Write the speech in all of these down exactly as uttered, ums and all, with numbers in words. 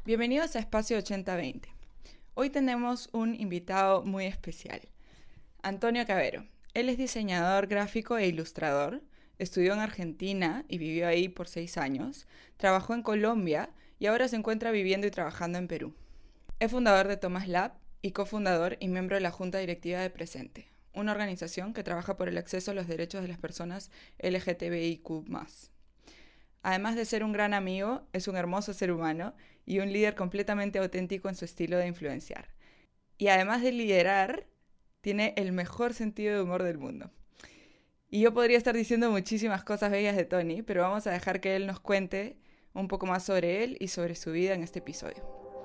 Bienvenidos a Espacio ochenta veinte. Hoy tenemos un invitado muy especial, Antonio Cavero. Él es diseñador gráfico e ilustrador, estudió en Argentina y vivió ahí por seis años, trabajó en Colombia y ahora se encuentra viviendo y trabajando en Perú. Es fundador de Thomas Lab y cofundador y miembro de la Junta Directiva de Presente, una organización que trabaja por el acceso a los derechos de las personas L G T B I Q más. Además de ser un gran amigo, es un hermoso ser humano y un líder completamente auténtico en su estilo de influenciar. Y además de liderar, tiene el mejor sentido de humor del mundo. Y yo podría estar diciendo muchísimas cosas bellas de Tony, pero vamos a dejar que él nos cuente un poco más sobre él y sobre su vida en este episodio.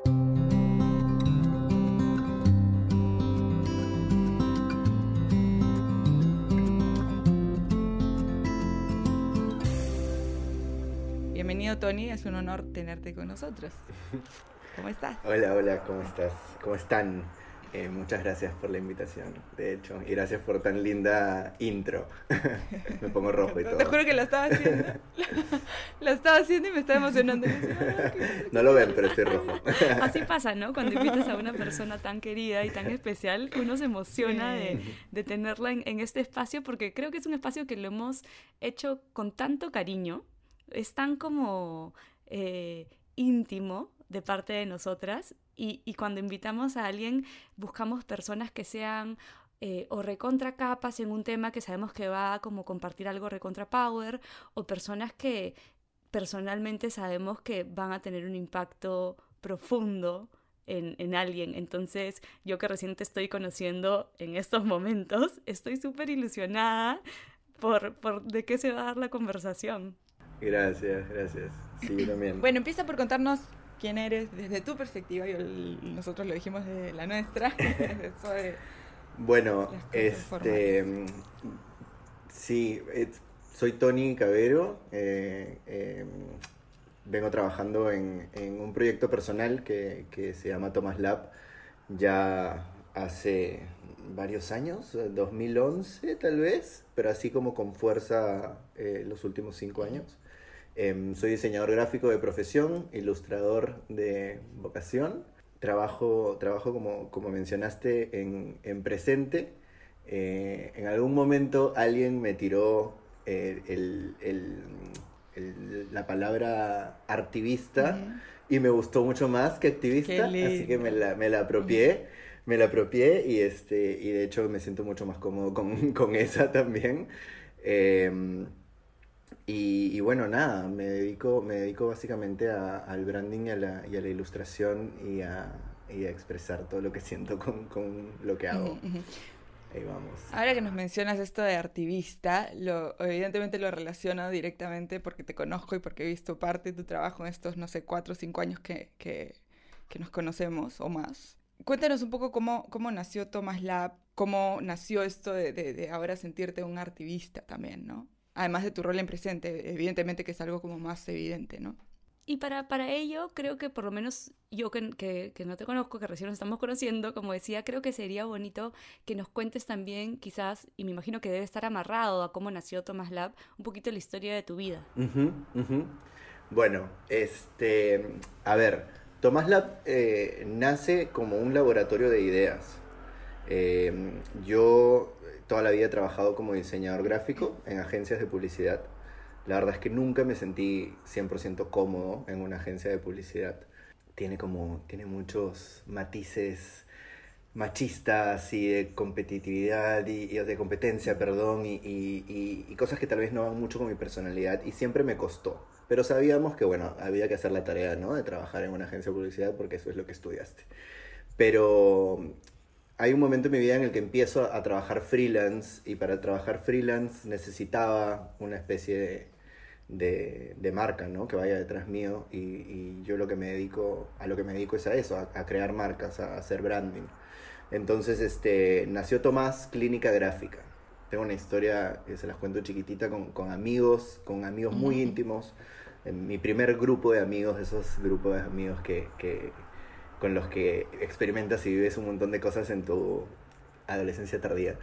Bienvenido, Tony, es un honor tenerte con nosotros. ¿Cómo estás? Hola, hola, ¿cómo estás? ¿Cómo están? Eh, muchas gracias por la invitación, de hecho, y gracias por tan linda intro. Me pongo rojo y todo. Te juro que lo estaba haciendo. Lo estaba haciendo y me estaba emocionando. No lo ven, pero estoy rojo. Así pasa, ¿no? Cuando invitas a una persona tan querida y tan especial, uno se emociona de, de tenerla en, en este espacio, porque creo que es un espacio que lo hemos hecho con tanto cariño. Es tan como eh, íntimo de parte de nosotras y, y cuando invitamos a alguien buscamos personas que sean eh, o recontra capas en un tema que sabemos que va a como compartir algo recontra power, o personas que personalmente sabemos que van a tener un impacto profundo en, en alguien. Entonces yo que recién te estoy conociendo en estos momentos, estoy súper ilusionada por, por de qué se va a dar la conversación. Gracias, gracias. Sí, yo también. Bueno, empieza por contarnos quién eres desde tu perspectiva. Yo, nosotros lo dijimos de la nuestra. Eso de bueno, este, sí, es, soy Tony Cavero. Eh, eh, vengo trabajando en, en un proyecto personal que, que se llama Thomas Lab ya hace varios años, dos mil once tal vez, pero así como con fuerza eh, los últimos cinco años. Eh, soy diseñador gráfico de profesión, ilustrador de vocación. Trabajo, trabajo como, como mencionaste, en, en Presente. Eh, en algún momento alguien me tiró eh, el, el, el, la palabra artivista uh-huh. y me gustó mucho más que activista, así que me la, me la apropié. Uh-huh. Me la apropié y, este, y de hecho me siento mucho más cómodo con, con esa también. Eh, y, y bueno, nada, me dedico, me dedico básicamente a, al branding y a, la, y a la ilustración y a, y a expresar todo lo que siento con, con lo que hago. Uh-huh, uh-huh. Ahí vamos. Ahora que nos mencionas esto de artivista, lo, evidentemente lo relaciono directamente porque te conozco y porque he visto parte de tu trabajo en estos, no sé, cuatro o cinco años que, que, que nos conocemos o más. Cuéntanos un poco cómo, cómo nació Thomas Lab, cómo nació esto de, de, de ahora sentirte un artivista también, ¿no? Además de tu rol en Presente, evidentemente que es algo como más evidente, ¿no? Y para, para ello, creo que por lo menos yo que, que, que no te conozco, que recién nos estamos conociendo, como decía, creo que sería bonito que nos cuentes también, quizás, y me imagino que debe estar amarrado a cómo nació Thomas Lab, un poquito la historia de tu vida. Uh-huh, uh-huh. Bueno, este, a ver, Thomas Lab eh, nace como un laboratorio de ideas. Eh, yo toda la vida he trabajado como diseñador gráfico en agencias de publicidad. La verdad es que nunca me sentí cien por ciento cómodo en una agencia de publicidad. Tiene como, tiene muchos matices machistas y de competitividad y, y de competencia, perdón, y, y, y, y cosas que tal vez no van mucho con mi personalidad y siempre me costó. Pero sabíamos que, bueno, había que hacer la tarea, ¿no? De trabajar en una agencia de publicidad porque eso es lo que estudiaste. Pero hay un momento en mi vida en el que empiezo a trabajar freelance y para trabajar freelance necesitaba una especie de, de, de marca, ¿no? Que vaya detrás mío y, y yo lo que me dedico, a lo que me dedico es a eso, a, a crear marcas, a hacer branding. Entonces este, nació Tomás Clínica Gráfica. Tengo una historia que se las cuento chiquitita con, con amigos, con amigos muy uh-huh. íntimos. En mi primer grupo de amigos, esos grupos de amigos que... que con los que experimentas y vives un montón de cosas en tu, adolescencia tardía.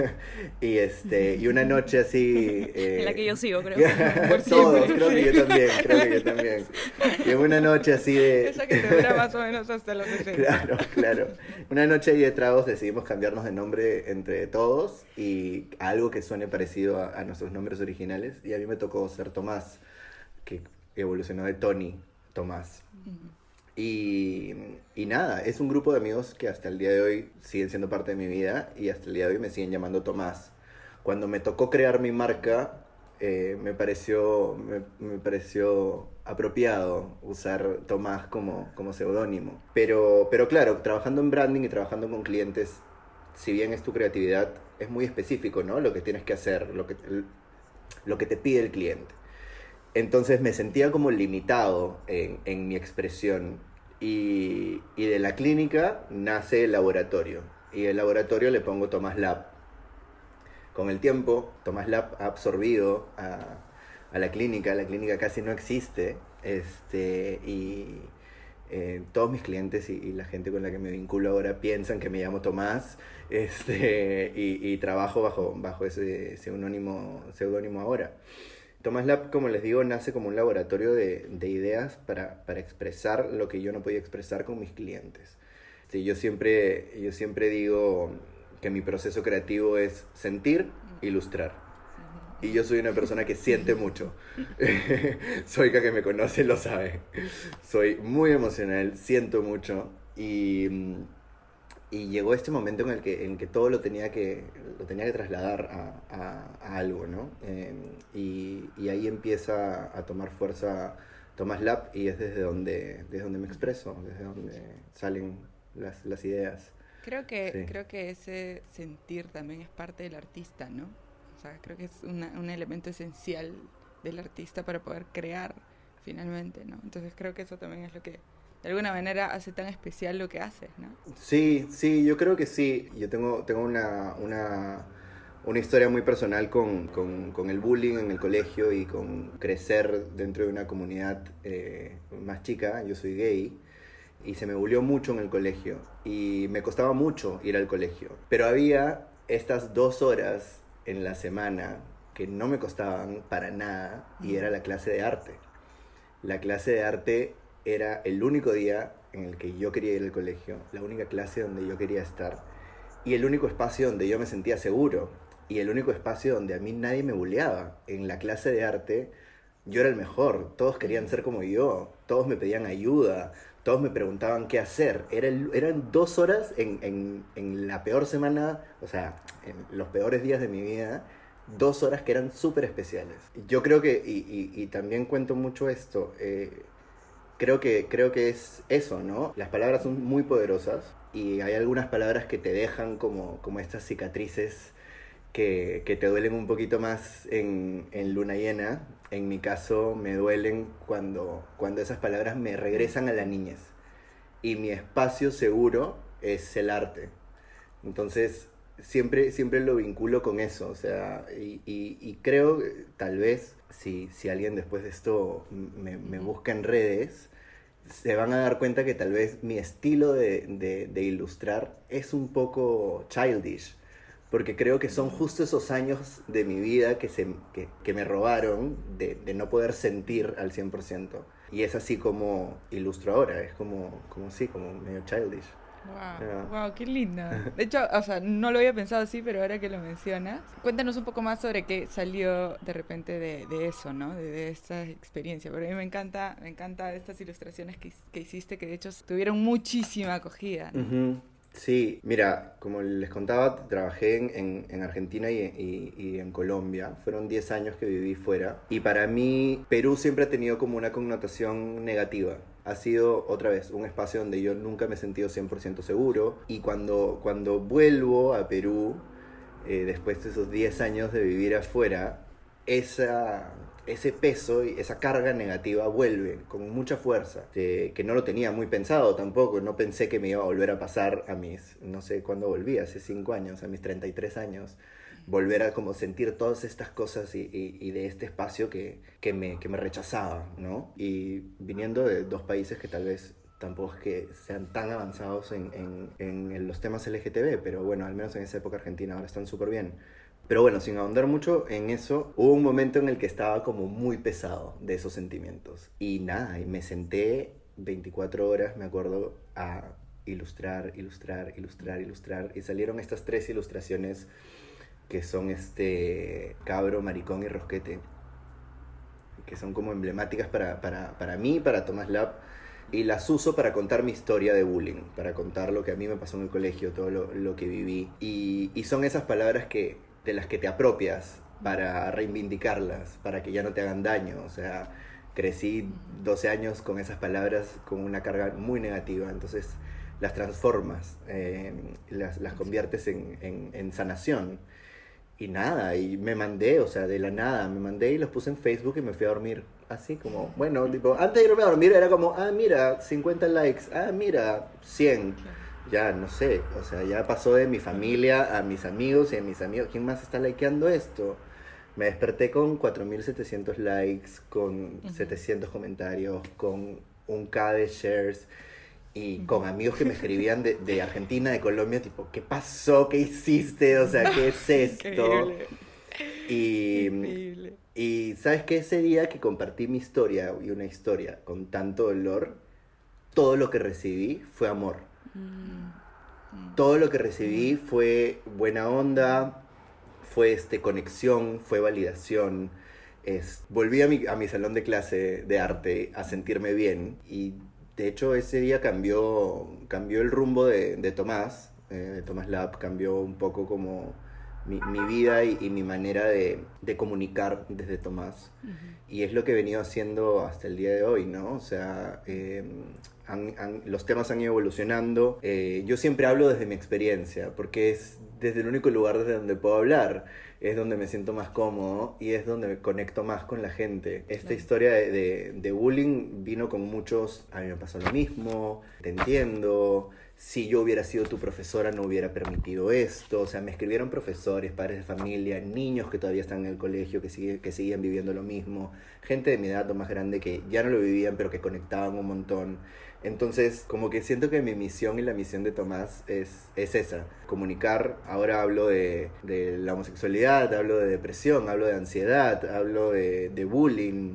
y este y una noche así... Eh, en la que yo sigo, creo. Todos, creo que yo también, creo que yo también. Y en una noche así de... Esa que te dura más o menos hasta los sesenta. Claro, claro. Una noche ahí de tragos decidimos cambiarnos de nombre entre todos y algo que suene parecido a, a nuestros nombres originales. Y a mí me tocó ser Tomás, que evolucionó de Tony, Tomás. Uh-huh. Y, y nada, es un grupo de amigos que hasta el día de hoy siguen siendo parte de mi vida y hasta el día de hoy me siguen llamando Tomás. Cuando me tocó crear mi marca, eh, me pareció, me, me pareció apropiado usar Tomás como, como seudónimo. Pero, pero claro, trabajando en branding y trabajando con clientes, si bien es tu creatividad, es muy específico, ¿no? Lo que tienes que hacer, lo que, lo que te pide el cliente. Entonces me sentía como limitado en, en mi expresión y, y de la clínica nace el laboratorio y el laboratorio le pongo Tomás Lab. Con el tiempo Tomás Lab ha absorbido a, a la clínica, la clínica casi no existe este, y eh, todos mis clientes y, y la gente con la que me vinculo ahora piensan que me llamo Tomás este, y, y trabajo bajo, bajo ese seudónimo, seudónimo ahora. Tomás Lab, como les digo, nace como un laboratorio de, de ideas para, para expresar lo que yo no podía expresar con mis clientes. Sí, yo, siempre, yo siempre digo que mi proceso creativo es sentir, ilustrar. Y yo soy una persona que siente mucho. Soyka, que me conoce, lo sabe. Soy muy emocional, siento mucho y... Y llegó este momento en el que, en que todo lo tenía que, lo tenía que trasladar a, a, a algo, ¿no? Eh, y, y ahí empieza a tomar fuerza Tomás Lab y es desde donde, desde donde me expreso, desde donde salen las, las ideas. Creo que, sí. creo que ese sentir también es parte del artista, ¿no? O sea, creo que es una, un elemento esencial del artista para poder crear finalmente, ¿no? Entonces creo que eso también es lo que de alguna manera hace tan especial lo que haces, ¿no? Sí, sí, yo creo que sí. Yo tengo, tengo una, una, una historia muy personal con, con, con el bullying en el colegio y con crecer dentro de una comunidad eh, más chica. Yo soy gay y se me bullió mucho en el colegio y me costaba mucho ir al colegio. Pero había estas dos horas en la semana que no me costaban para nada y era la clase de arte. La clase de arte era el único día en el que yo quería ir al colegio, la única clase donde yo quería estar y el único espacio donde yo me sentía seguro y el único espacio donde a mí nadie me bulleaba. En la clase de arte yo era el mejor, todos querían ser como yo, todos me pedían ayuda, todos me preguntaban qué hacer. Era el, eran dos horas en, en, en la peor semana, o sea, en los peores días de mi vida, dos horas que eran súper especiales. Yo creo que, y, y, y también cuento mucho esto, eh, Creo que, creo que es eso, ¿no? Las palabras son muy poderosas y hay algunas palabras que te dejan como, como estas cicatrices que, que te duelen un poquito más en, en luna llena. En mi caso me duelen cuando, cuando esas palabras me regresan a la niñez. Y mi espacio seguro es el arte. Entonces siempre, siempre lo vinculo con eso. O sea, y, y, y creo, tal vez, si, si alguien después de esto me, me busca en redes, se van a dar cuenta que tal vez mi estilo de, de, de ilustrar es un poco childish, porque creo que son justo esos años de mi vida que, se, que, que me robaron de, de no poder sentir al cien por ciento. Y es así como ilustro ahora, es como, como sí, como medio childish. Wow, yeah. Wow, qué lindo. De hecho, o sea, no lo había pensado así, pero ahora que lo mencionas, cuéntanos un poco más sobre qué salió de repente de, de eso, ¿no? De, de esta experiencia. Pero a mí me encanta, me encanta estas ilustraciones que, que hiciste, que de hecho tuvieron muchísima acogida, ¿no? Uh-huh. Sí, mira, como les contaba, trabajé en, en, en Argentina y, y, y en Colombia. Fueron diez años que viví fuera. Y para mí, Perú siempre ha tenido como una connotación negativa. Ha sido, otra vez, un espacio donde yo nunca me he sentido cien por ciento seguro. Y cuando, cuando vuelvo a Perú, eh, después de esos diez años de vivir afuera, esa, ese peso y esa carga negativa vuelve con mucha fuerza. Eh, que no lo tenía muy pensado tampoco. No pensé que me iba a volver a pasar a mis, no sé cuándo volví, hace cinco años, a mis treinta y tres años. Volver a como sentir todas estas cosas y, y, y de este espacio que, que, me, que me rechazaba, ¿no? Y viniendo de dos países que tal vez tampoco es que sean tan avanzados en, en, en los temas L G T B, pero bueno, al menos en esa época Argentina ahora están súper bien. Pero bueno, sin ahondar mucho en eso, hubo un momento en el que estaba como muy pesado de esos sentimientos. Y nada, y me senté veinticuatro horas, me acuerdo, a ilustrar, ilustrar, ilustrar, ilustrar. Y salieron estas tres ilustraciones que son este Cabro, Maricón y Rosquete, que son como emblemáticas para, para, para mí, para Tomás Lab. Y las uso para contar mi historia de bullying, para contar lo que a mí me pasó en el colegio, todo lo, lo que viví. Y, y son esas palabras que, de las que te apropias para reivindicarlas, para que ya no te hagan daño. O sea, crecí doce años con esas palabras con una carga muy negativa, entonces las transformas, eh, las, las conviertes en, en, en sanación. Y nada, y me mandé, o sea, de la nada, me mandé y los puse en Facebook y me fui a dormir. Así como, bueno, tipo, antes de irme a dormir era como, ah, mira, cincuenta likes, ah, mira, cien. Ya, no sé, o sea, ya pasó de mi familia a mis amigos y a mis amigos. ¿Quién más está likeando esto? Me desperté con cuatro mil setecientos likes, con uh-huh. setecientos comentarios, con un K de shares. Y uh-huh. con amigos que me escribían de, de Argentina, de Colombia, tipo, ¿qué pasó? ¿Qué hiciste? O sea, ¿qué es esto? Increíble. Y, Increíble. y ¿sabes qué? Ese día que compartí mi historia y una historia con tanto dolor, todo lo que recibí fue amor. Mm. Todo lo que recibí mm. fue buena onda, fue este, conexión, fue validación. Es, volví a mi, a mi salón de clase de arte a sentirme bien y de hecho ese día cambió, cambió el rumbo de, de Tomás, eh, de Tomás Lab, cambió un poco como mi, mi vida y, y mi manera de, de comunicar desde Tomás. Uh-huh. Y es lo que he venido haciendo hasta el día de hoy, ¿no? O sea, eh, han, han, los temas han ido evolucionando. Eh, yo siempre hablo desde mi experiencia, porque es desde el único lugar desde donde puedo hablar. Es donde me siento más cómodo y es donde me conecto más con la gente. Esta claro. historia de, de, de bullying vino con muchos, a mí me pasó lo mismo, te entiendo, si yo hubiera sido tu profesora no hubiera permitido esto. O sea, me escribieron profesores, padres de familia, niños que todavía están en el colegio, que, sigue, que seguían viviendo lo mismo, gente de mi edad o más grande que ya no lo vivían pero que conectaban un montón. Entonces, como que siento que mi misión y la misión de Tomás es, es esa, comunicar. Ahora hablo de, de la homosexualidad, hablo de depresión, hablo de ansiedad, hablo de, de bullying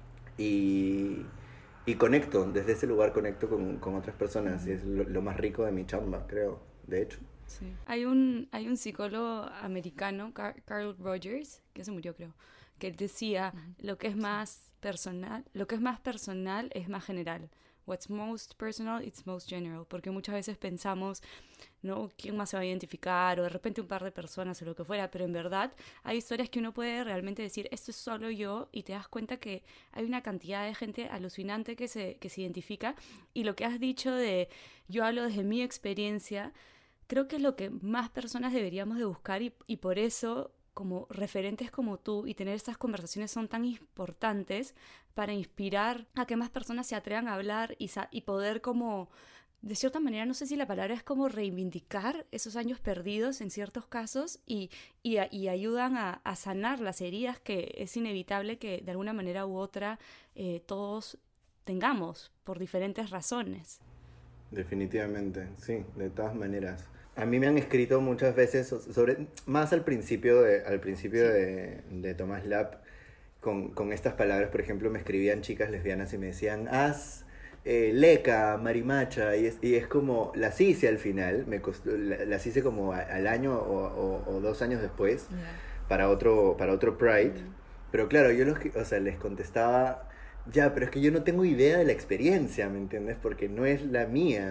y, y conecto, desde ese lugar conecto con, con otras personas y es lo, lo más rico de mi chamba, creo, de hecho. Sí. Hay un, hay un psicólogo americano, Car- Carl Rogers, que se murió creo, que él decía, uh-huh. lo que es más personal, lo que es más personal es más general. What's most personal, it's most general. Porque muchas veces pensamos, ¿no? ¿Quién más se va a identificar? O de repente un par de personas o lo que fuera. Pero en verdad hay historias que uno puede realmente decir, esto es solo yo. Y te das cuenta que hay una cantidad de gente alucinante que se, que se identifica. Y lo que has dicho de, yo hablo desde mi experiencia, creo que es lo que más personas deberíamos de buscar. Y, y por eso, como referentes como tú y tener estas conversaciones son tan importantes para inspirar a que más personas se atrevan a hablar y, sa- y poder como, de cierta manera, no sé si la palabra es como reivindicar esos años perdidos en ciertos casos y, y, y ayudan a, a sanar las heridas que es inevitable que de alguna manera u otra eh, todos tengamos por diferentes razones. Definitivamente, sí, de todas maneras. A mí me han escrito muchas veces sobre, más al principio de, al principio sí. de, de Tomás Lab, con, con estas palabras, por ejemplo, me escribían chicas lesbianas y me decían, haz eh, leca, marimacha, y es, y es como, las hice al final, me costó, las hice como a, al año o, o, o dos años después, yeah. para, otro, para otro Pride, mm. pero claro, yo los, o sea, les contestaba, ya, pero es que yo no tengo idea de la experiencia, ¿me entiendes? Porque no es la mía.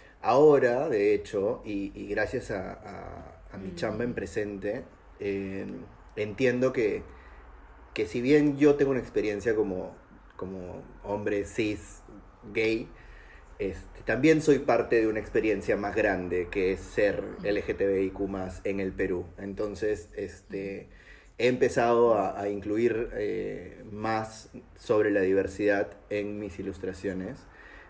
Ahora, de hecho, y, y gracias a, a, a mi chamba en presente, eh, entiendo que, que si bien yo tengo una experiencia como, como hombre cis, gay, este, también soy parte de una experiencia más grande que es ser L G T B I Q más, en el Perú. Entonces, este, he empezado a, a incluir eh, más sobre la diversidad en mis ilustraciones.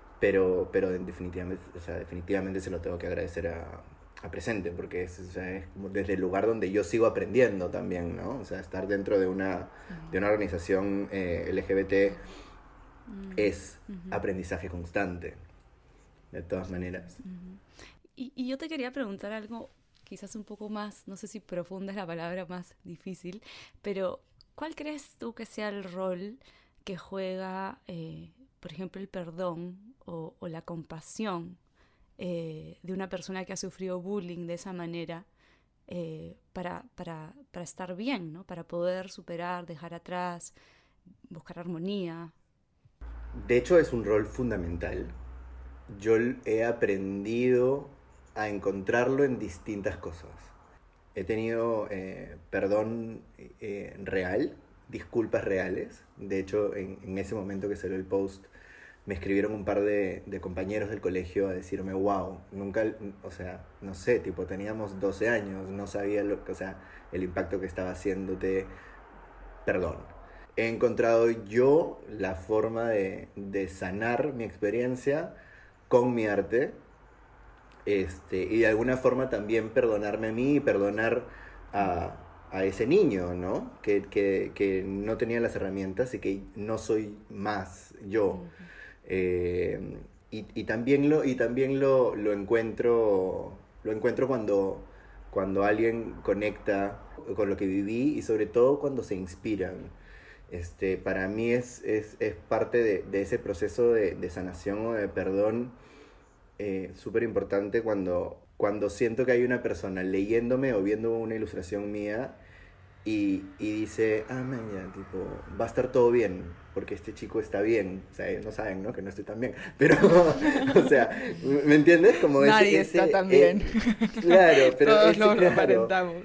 Pero, pero definitivamente, o sea, definitivamente se lo tengo que agradecer a, a Presente, porque es, o sea, es como desde el lugar donde yo sigo aprendiendo también, ¿no? O sea, estar dentro de una, de una organización eh, L G B T uh-huh. es uh-huh. aprendizaje constante. de todas maneras. Uh-huh. y, y yo te quería preguntar algo quizás un poco más, no sé si profunda es la palabra, más difícil, pero ¿cuál crees tú que sea el rol que juega, eh, por ejemplo, el perdón o, o la compasión eh, de una persona que ha sufrido bullying de esa manera eh, para, para, para estar bien, ¿no? Para poder superar, dejar atrás, buscar armonía? De hecho, es un rol fundamental. Yo he aprendido a encontrarlo en distintas cosas. He tenido eh, perdón eh, real, disculpas reales. De hecho, en, en ese momento que salió el post, me escribieron un par de, de compañeros del colegio a decirme, wow, nunca, o sea, no sé, tipo, teníamos doce años, no sabía lo, o sea, el impacto que estaba haciéndote, perdón. He encontrado yo la forma de, de sanar mi experiencia con mi arte, este, y de alguna forma también perdonarme a mí y perdonar a, a ese niño, ¿no? Que, que, que no tenía las herramientas y que no soy más yo. Uh-huh. Eh, y, y también lo, y también lo, lo encuentro, lo encuentro cuando, cuando alguien conecta con lo que viví y sobre todo cuando se inspiran. Este, para mí es, es, es parte de, de ese proceso de, de sanación o de perdón eh, súper importante cuando, cuando siento que hay una persona leyéndome o viendo una ilustración mía y, y dice, ah, man, ya, tipo, va a estar todo bien, porque este chico está bien. O sea, no saben, ¿no? Que no estoy tan bien. Pero, o sea, ¿me entiendes? Como Nadie ese, está ese, tan bien. Eh, claro, pero todos ese, lo claro, aparentamos.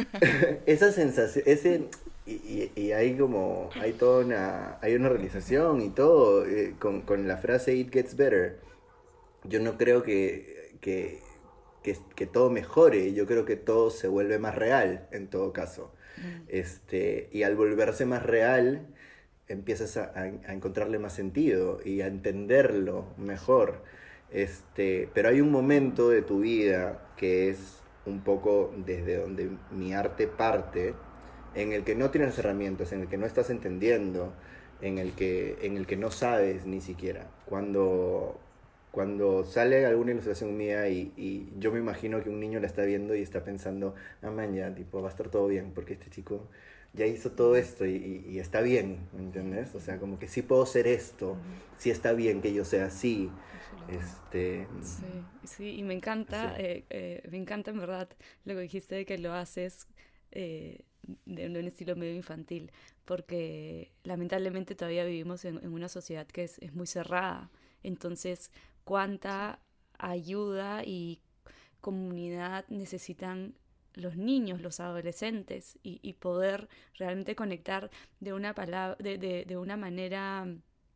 Esa sensación, ese... Y, y, y hay como, hay toda una, hay una realización y todo, eh, con, con la frase It Gets Better. Yo no creo que, que, que, que todo mejore, yo creo que todo se vuelve más real, en todo caso. Mm. Este, y al volverse más real, empiezas a, a, a encontrarle más sentido y a entenderlo mejor. Este, pero hay un momento de tu vida que es un poco desde donde mi arte parte, en el que no tienes las herramientas, en el que no estás entendiendo, en el que, en el que no sabes ni siquiera. Cuando, cuando sale alguna ilustración mía y, y yo me imagino que un niño la está viendo y está pensando, ah, man, ya, tipo, va a estar todo bien, porque este chico ya hizo todo esto y, y, y está bien, ¿me entiendes? O sea, como que sí puedo ser esto, sí está bien que yo sea así. Este... Sí, sí, y me encanta, sí. eh, eh, me encanta en verdad lo que dijiste de que lo haces eh, de un estilo medio infantil, porque lamentablemente todavía vivimos en, en una sociedad que es, es muy cerrada. Entonces, ¿cuánta ayuda y comunidad necesitan los niños, los adolescentes, y, y poder realmente conectar de una, palabra, de, de, de una manera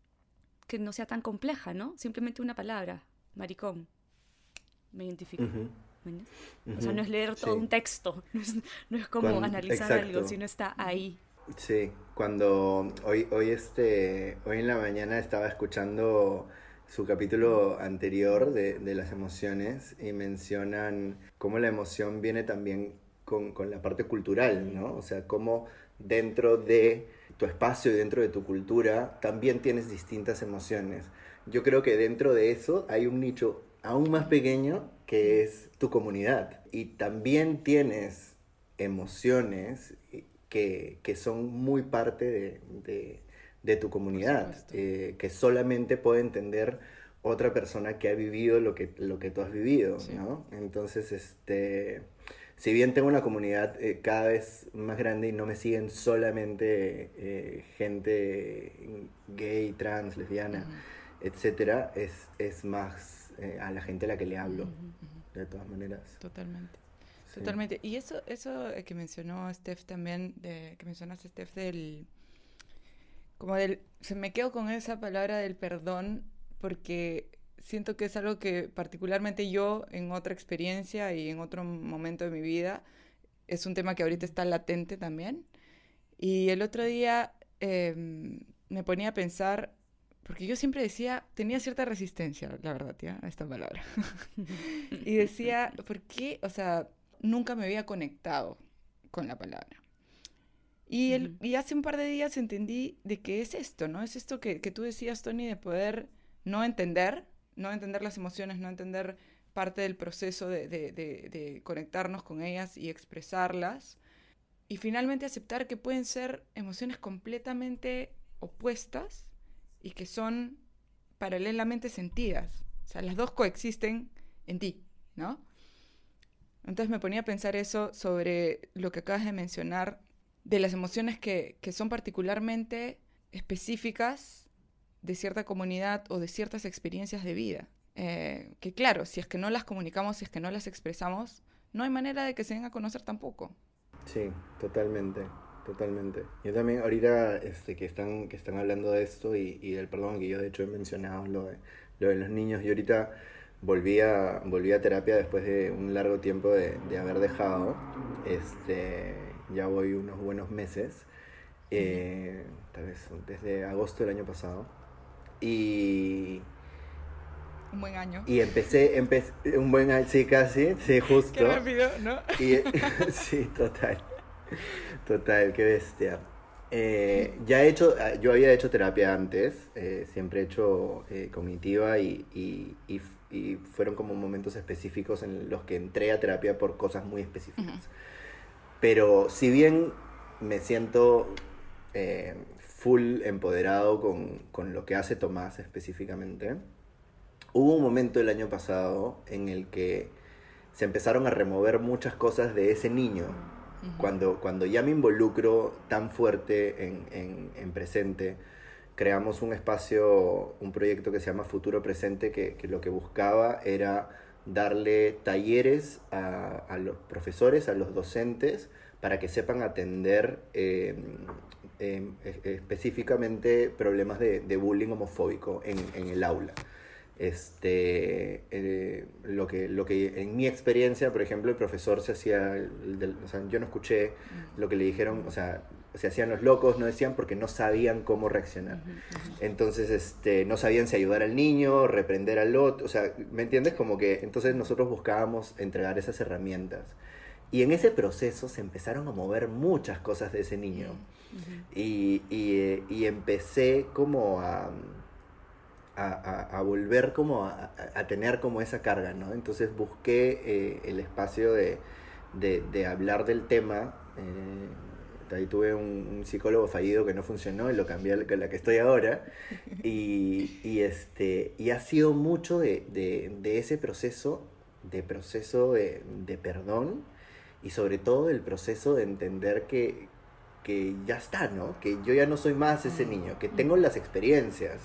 que no sea tan compleja, ¿no? Simplemente una palabra, maricón, me identifico. Uh-huh. Uh-huh. O sea, no es leer todo sí. un texto, no es, no es como cuando, analizar exacto. algo, sino está ahí. Sí, cuando hoy, hoy, este, hoy en la mañana estaba escuchando su capítulo anterior de, de las emociones y mencionan cómo la emoción viene también con, con la parte cultural, ¿no? O sea, cómo dentro de tu espacio y dentro de tu cultura también tienes distintas emociones. Yo creo que dentro de eso hay un nicho aún más pequeño que es tu comunidad. Y también tienes emociones que, que son muy parte de, de, de tu comunidad, eh, que solamente puede entender otra persona que ha vivido lo que, lo que tú has vivido, sí. ¿no? Entonces, este, si bien tengo una comunidad eh, cada vez más grande y no me siguen solamente eh, gente gay, trans, lesbiana, uh-huh. etcétera, es, es más eh, a la gente a la que le hablo, uh-huh, uh-huh. de todas maneras. Totalmente. Sí. Totalmente. Y eso, eso que mencionó Steph también, de, que mencionaste Steph del, como del, se me quedo con esa palabra del perdón, porque siento que es algo que particularmente yo en otra experiencia y en otro momento de mi vida, es un tema que ahorita está latente también. Y el otro día eh, me ponía a pensar, porque yo siempre decía, tenía cierta resistencia, la verdad, tía, a esta palabra. Y decía, ¿por qué? O sea, nunca me había conectado con la palabra. Y, el, uh-huh. y hace un par de días entendí de que es esto, ¿no? Es esto que, que tú decías, Tony, de poder no entender, no entender las emociones, no entender parte del proceso de, de, de, de conectarnos con ellas y expresarlas. Y finalmente aceptar que pueden ser emociones completamente opuestas y que son paralelamente sentidas. O sea, las dos coexisten en ti, ¿no? Entonces me ponía a pensar eso sobre lo que acabas de mencionar, de las emociones que, que son particularmente específicas de cierta comunidad o de ciertas experiencias de vida. Eh, que claro, si es que no las comunicamos, si es que no las expresamos, no hay manera de que se den a conocer tampoco. Sí, totalmente, totalmente. Yo también ahorita este, que, están, que están hablando de esto y, y del perdón, que yo de hecho he mencionado lo de, lo de los niños, y ahorita volví a, volví a terapia después de un largo tiempo de, de haber dejado. Este, ya voy unos buenos meses, eh, tal vez desde agosto del año pasado. Y... Un buen año. Y empecé, empecé un buen año, sí, casi, sí, justo. Qué rápido, ¿no? Y, sí, total, total, qué bestia. Eh, ya he hecho, yo había hecho terapia antes, eh, siempre he hecho eh, cognitiva y, y, y, y fueron como momentos específicos en los que entré a terapia por cosas muy específicas. Uh-huh. Pero si bien me siento eh, full empoderado con, con lo que hace Tomás específicamente, hubo un momento el año pasado en el que se empezaron a remover muchas cosas de ese niño. Uh-huh. Cuando, cuando ya me involucro tan fuerte en, en, en presente, creamos un espacio, un proyecto que se llama Futuro Presente, que, que lo que buscaba era darle talleres a, a los profesores, a los docentes, para que sepan atender eh, eh, específicamente problemas de, de bullying homofóbico en, en el aula. Este, eh, lo, que, lo que en mi experiencia, por ejemplo, el profesor se hacía, el del, o sea, yo no escuché lo que le dijeron, o sea, se hacían los locos, no decían porque no sabían cómo reaccionar. Entonces, este, no sabían si ayudar al niño, reprender al otro, o sea, ¿me entiendes? Como que entonces nosotros buscábamos entregar esas herramientas. Y en ese proceso se empezaron a mover muchas cosas de ese niño. Uh-huh. Y, y, y empecé como a... A, a, a volver como a, a tener como esa carga, ¿no? Entonces busqué eh, el espacio de, de, de hablar del tema. Eh, ahí tuve un, un psicólogo fallido que no funcionó y lo cambié a la, a la que estoy ahora. Y, y, este, y ha sido mucho de, de, de ese proceso, de proceso de, de perdón y sobre todo del proceso de entender que, que ya está, ¿no? Que yo ya no soy más ese niño, que tengo las experiencias.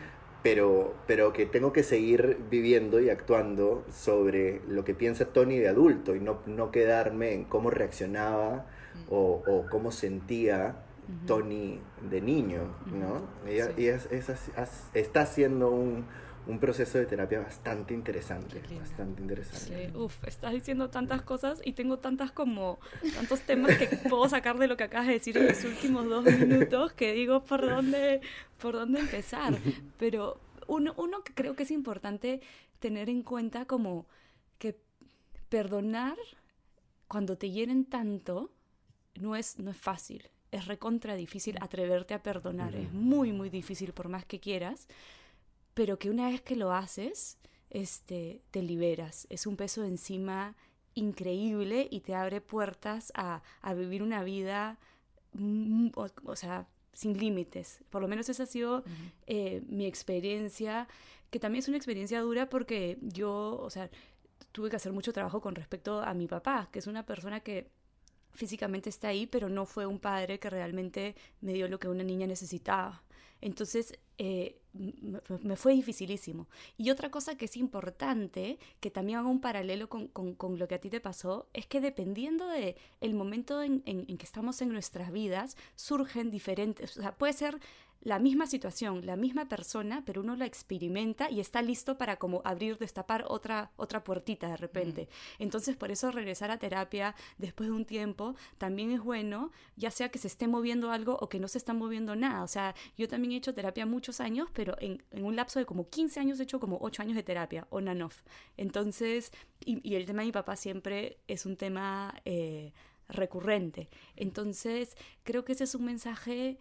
Pero, pero que tengo que seguir viviendo y actuando sobre lo que piensa Tony de adulto y no, no quedarme en cómo reaccionaba uh-huh. o, o cómo sentía uh-huh. Tony de niño, ¿no? Uh-huh. Ella, sí. ella es, es, es, está haciendo un, un proceso de terapia bastante interesante, bastante interesante. Sí, uf, estás diciendo tantas cosas y tengo tantas como, tantos temas que puedo sacar de lo que acabas de decir en los últimos dos minutos que digo por dónde, por dónde empezar. Pero uno, uno que creo que es importante tener en cuenta como que perdonar cuando te hieren tanto no es, no es fácil. Es recontra difícil atreverte a perdonar. Uh-huh. Es muy, muy difícil por más que quieras. Pero que una vez que lo haces, este, te liberas. Es un peso encima increíble y te abre puertas a, a vivir una vida, mm, o, o sea, sin límites. Por lo menos esa ha sido uh-huh. eh, mi experiencia, que también es una experiencia dura porque yo, o sea, tuve que hacer mucho trabajo con respecto a mi papá, que es una persona que físicamente está ahí, pero no fue un padre que realmente me dio lo que una niña necesitaba. Entonces, eh, me fue dificilísimo. Y otra cosa que es importante, que también hago un paralelo con, con, con lo que a ti te pasó, es que dependiendo del momento en, en, en que estamos en nuestras vidas, surgen diferentes, o sea, puede ser la misma situación, la misma persona, pero uno la experimenta y está listo para como abrir, destapar otra, otra puertita de repente. Mm. Entonces, por eso regresar a terapia después de un tiempo también es bueno, ya sea que se esté moviendo algo o que no se está moviendo nada. O sea, yo también he hecho terapia muchos años, pero en, en un lapso de como quince años he hecho como ocho años de terapia, on and off. Entonces, y, y el tema de mi papá siempre es un tema eh, recurrente. Entonces, creo que ese es un mensaje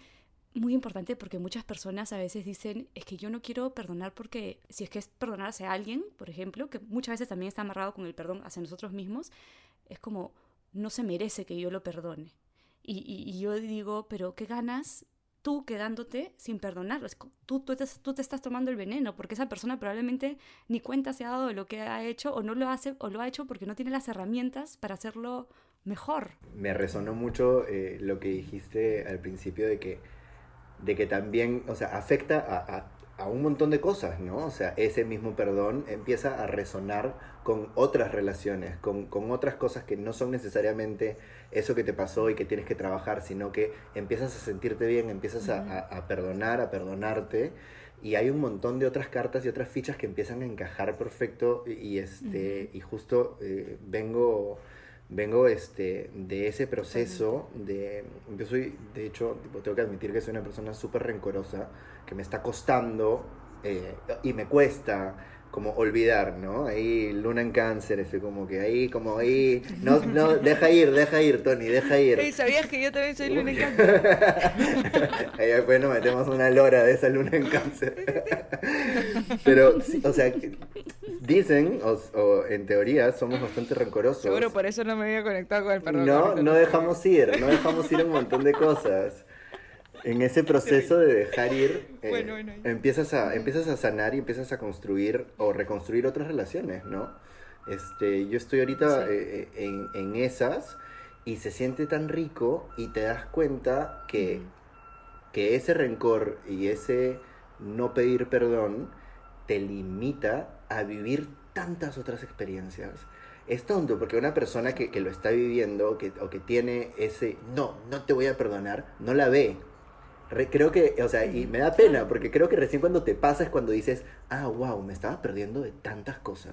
muy importante porque muchas personas a veces dicen, es que yo no quiero perdonar porque si es que es perdonar hacia alguien, por ejemplo, que muchas veces también está amarrado con el perdón hacia nosotros mismos, es como, no se merece que yo lo perdone. Y, y, y yo digo, pero ¿qué ganas tú quedándote sin perdonarlo? Es co- Tú, tú, te, tú te estás tomando el veneno porque esa persona probablemente ni cuenta se ha dado de lo que ha hecho o no lo hace o lo ha hecho porque no tiene las herramientas para hacerlo mejor. Me resonó mucho eh, lo que dijiste al principio de que, de que también, o sea, afecta a, a, a un montón de cosas, ¿no? O sea, ese mismo perdón empieza a resonar con otras relaciones, con, con otras cosas que no son necesariamente eso que te pasó y que tienes que trabajar, sino que empiezas a sentirte bien, empiezas a, a, a perdonar, a perdonarte, y hay un montón de otras cartas y otras fichas que empiezan a encajar perfecto, y, y este, y justo eh, vengo vengo este, de ese proceso de... Yo soy, de hecho, tipo, tengo que admitir que soy una persona súper rencorosa, que me está costando eh, y me cuesta como olvidar, ¿no? Ahí luna en cáncer, estoy como que ahí, como ahí... No, no, deja ir, deja ir, Tony, deja ir. Hey, ¿sabías que yo también soy luna en cáncer? Ahí después nos metemos una lora de esa luna en cáncer. Pero, sí, o sea, dicen, o, o en teoría, somos bastante rencorosos. Seguro por eso no me había conectado con el perdón. No, ahorita no sé. dejamos ir, no dejamos ir un montón de cosas. En ese proceso de dejar ir, eh, Bueno, bueno. empiezas, a, empiezas a sanar y empiezas a construir o reconstruir otras relaciones, ¿no? Este, yo estoy ahorita Sí. eh, eh, en, en esas y se siente tan rico y te das cuenta que, Ujú. que ese rencor y ese no pedir perdón te limita a vivir tantas otras experiencias. Es tonto porque una persona que, que lo está viviendo que, o que tiene ese no, no te voy a perdonar, no la ve. Re- creo que, o sea, y me da pena porque creo que recién cuando te pasa es cuando dices, ah, wow, me estaba perdiendo de tantas cosas.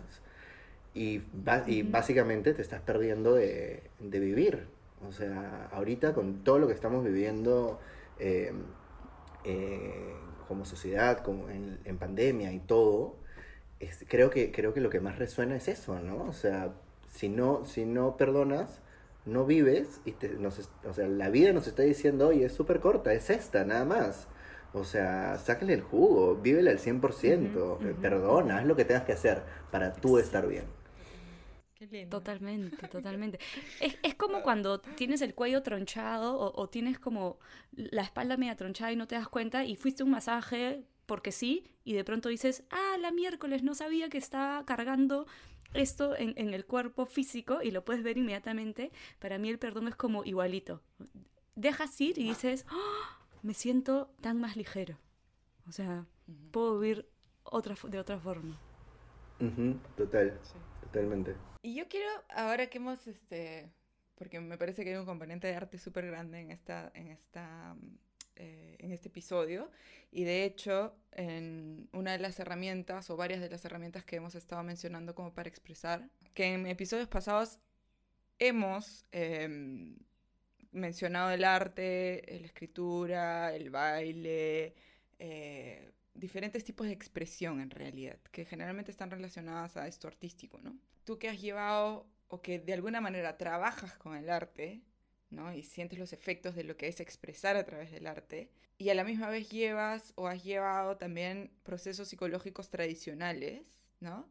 Y, ba- y Ujú. básicamente te estás perdiendo de, de vivir. O sea, ahorita con todo lo que estamos viviendo eh, eh, como sociedad, como en, en pandemia y todo, es- creo que, creo que lo que más resuena es eso, ¿no? O sea, si no, si no perdonas, no vives, y te, nos, es- o sea, la vida nos está diciendo, oye, es súper corta, es esta, nada más. O sea, sácale el jugo, vívela al cien por Ujú, ciento, eh, ujú, perdona, ujú. haz lo que tengas que hacer para tú estar bien. Totalmente. Qué lindo. Totalmente, totalmente. Es, es como cuando tienes el cuello tronchado o, o tienes como la espalda media tronchada y no te das cuenta y fuiste a un masaje porque sí y de pronto dices, ah, la miércoles no sabía que estaba cargando esto en, en el cuerpo físico y lo puedes ver inmediatamente. Para mí el perdón es como igualito. Dejas ir y dices, "Ah, me siento tan más ligero. O sea, Ujú. puedo vivir otra, fo- de otra forma. Ujú, total, Sí. totalmente. Y yo quiero, ahora que hemos, este, porque me parece que hay un componente de arte súper grande en esta, en esta, mm, eh, en este episodio, y de hecho, en una de las herramientas, o varias de las herramientas que hemos estado mencionando como para expresar, que en episodios pasados hemos em, mencionado el arte, la escritura, el baile, eh, diferentes tipos de expresión en realidad, que generalmente están relacionadas a esto artístico, ¿no? Tú que has llevado o que de alguna manera trabajas con el arte, ¿no? Y sientes los efectos de lo que es expresar a través del arte, y a la misma vez llevas o has llevado también procesos psicológicos tradicionales, ¿no?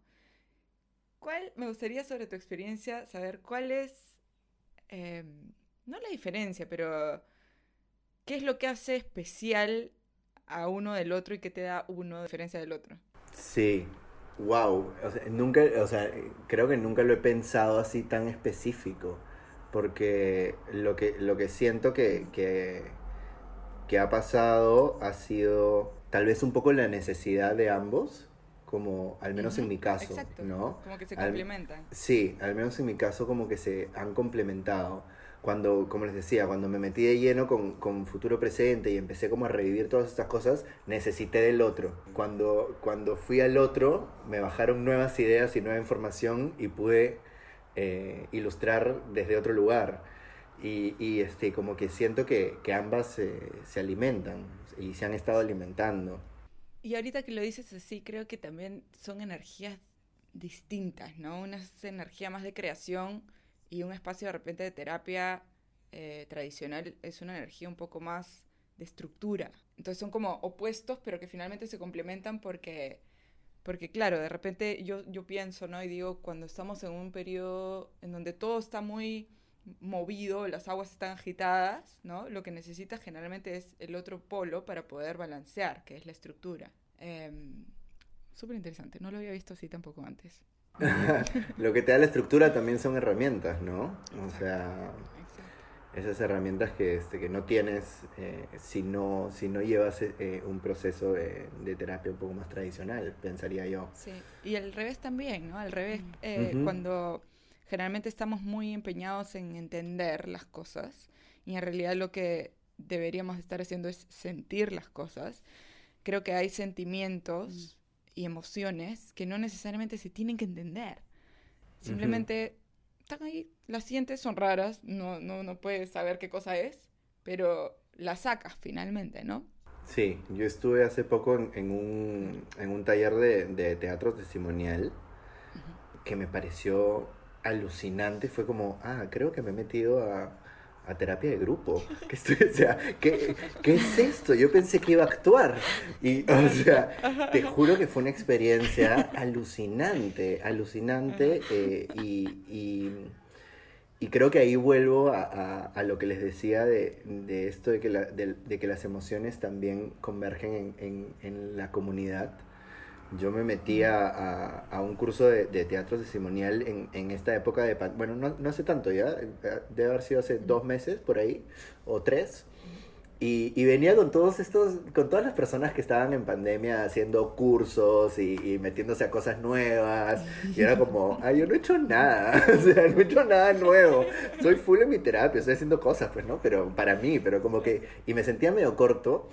¿Cuál, me gustaría sobre tu experiencia saber cuál es, eh, no la diferencia, pero qué es lo que hace especial a uno del otro y qué te da uno de diferencia del otro? Sí, wow. O sea, nunca, o sea, creo que nunca lo he pensado así tan específico, porque lo que, lo que siento que, que, que ha pasado ha sido tal vez un poco la necesidad de ambos, como al menos en Ujú, mi caso, exacto, ¿no? como que se Al- complementan. sí, al menos en mi caso como que se han complementado. Cuando, como les decía, cuando me metí de lleno con, con futuro presente y empecé como a revivir todas estas cosas, necesité del otro. Cuando, cuando fui al otro, me bajaron nuevas ideas y nueva información y pude eh, ilustrar desde otro lugar. Y, y este, como que siento que, que ambas se, se alimentan y se han estado alimentando. Y ahorita que lo dices así, creo que también son energías distintas, ¿no? Una es energía más de creación y un espacio de repente de terapia eh, tradicional es una energía un poco más de estructura. Entonces son como opuestos, pero que finalmente se complementan porque, porque claro, de repente yo, yo pienso, ¿no? Y digo, cuando estamos en un periodo en donde todo está muy movido, las aguas están agitadas, ¿no? Lo que necesitas generalmente es el otro polo para poder balancear, que es la estructura. Eh, Súper interesante, no lo había visto así tampoco antes. Lo que te da la estructura también son herramientas, ¿no? Exacto. O sea, Exacto. esas herramientas que, este, que no tienes eh, si, no, si no llevas eh, un proceso de, de terapia un poco más tradicional, pensaría yo. Sí, y al revés también, ¿no? Al revés, Mm. eh, Ujú. cuando generalmente estamos muy empeñados en entender las cosas y en realidad lo que deberíamos estar haciendo es sentir las cosas, creo que hay sentimientos y emociones que no necesariamente se tienen que entender. Ujú. Simplemente están ahí, las sientes, son raras, no, no, no puedes saber qué cosa es, pero las sacas finalmente, ¿no? Sí, yo estuve hace poco en, en un, en un taller de, de teatro testimonial Ujú. que me pareció alucinante. Fue como, ah, creo que me he metido a, a terapia de grupo. ¿Qué estoy, o sea, ¿qué, ¿qué es esto? Yo pensé que iba a actuar. Y, o sea, te juro que fue una experiencia alucinante, alucinante. eh, y, y, y creo que ahí vuelvo a, a, a lo que les decía de, de esto de que, la, de, de que las emociones también convergen en, en, en la comunidad. Yo me metí Mm. a, a, a un curso de, de teatro testimonial en, en esta época de... pan- Bueno, no, no hace tanto ya, eh, debe haber sido hace Mm. dos meses por ahí, o tres. Mm. Y, y venía con todos estos, con todas las personas que estaban en pandemia haciendo cursos y, y metiéndose a cosas nuevas. Y era como, ay, yo no he hecho nada, o sea, no he hecho nada nuevo. Estoy full en mi terapia, estoy haciendo cosas, pues, ¿no? Pero para mí, pero como que... Y me sentía medio corto.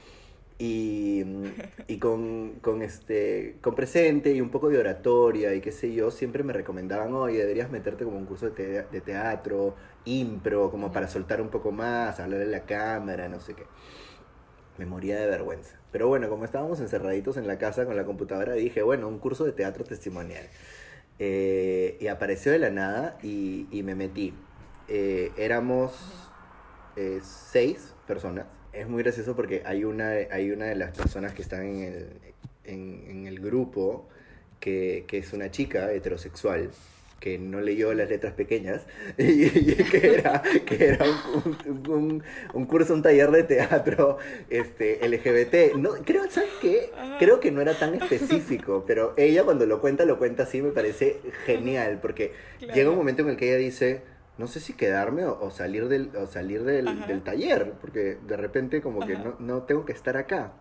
Y, y con, con, este, con presente y un poco de oratoria y qué sé yo, siempre me recomendaban, oye, deberías meterte como un curso de, te- de teatro, impro, como para Ujú. soltar un poco más, hablarle a la cámara, no sé qué. Me moría de vergüenza. Pero bueno, como estábamos encerraditos en la casa con la computadora, dije, bueno, un curso de teatro testimonial. Eh, y apareció de la nada y, y me metí. Eh, Ujú. éramos eh, seis personas. Es muy gracioso porque hay una, hay una de las personas que están en el, en, en el grupo que, que es una chica heterosexual que no leyó las letras pequeñas y, y que era, que era un, un, un, un curso, un taller de teatro este, L G B T. No, creo, ¿sabes qué? Ajá. Creo que no era tan específico, pero ella cuando lo cuenta, lo cuenta así, me parece genial, porque llega un Claro. momento en el que ella dice, no sé si quedarme o, o salir, del, o salir del, del Ajá. taller, porque de repente como que Ajá. no, no tengo que estar acá.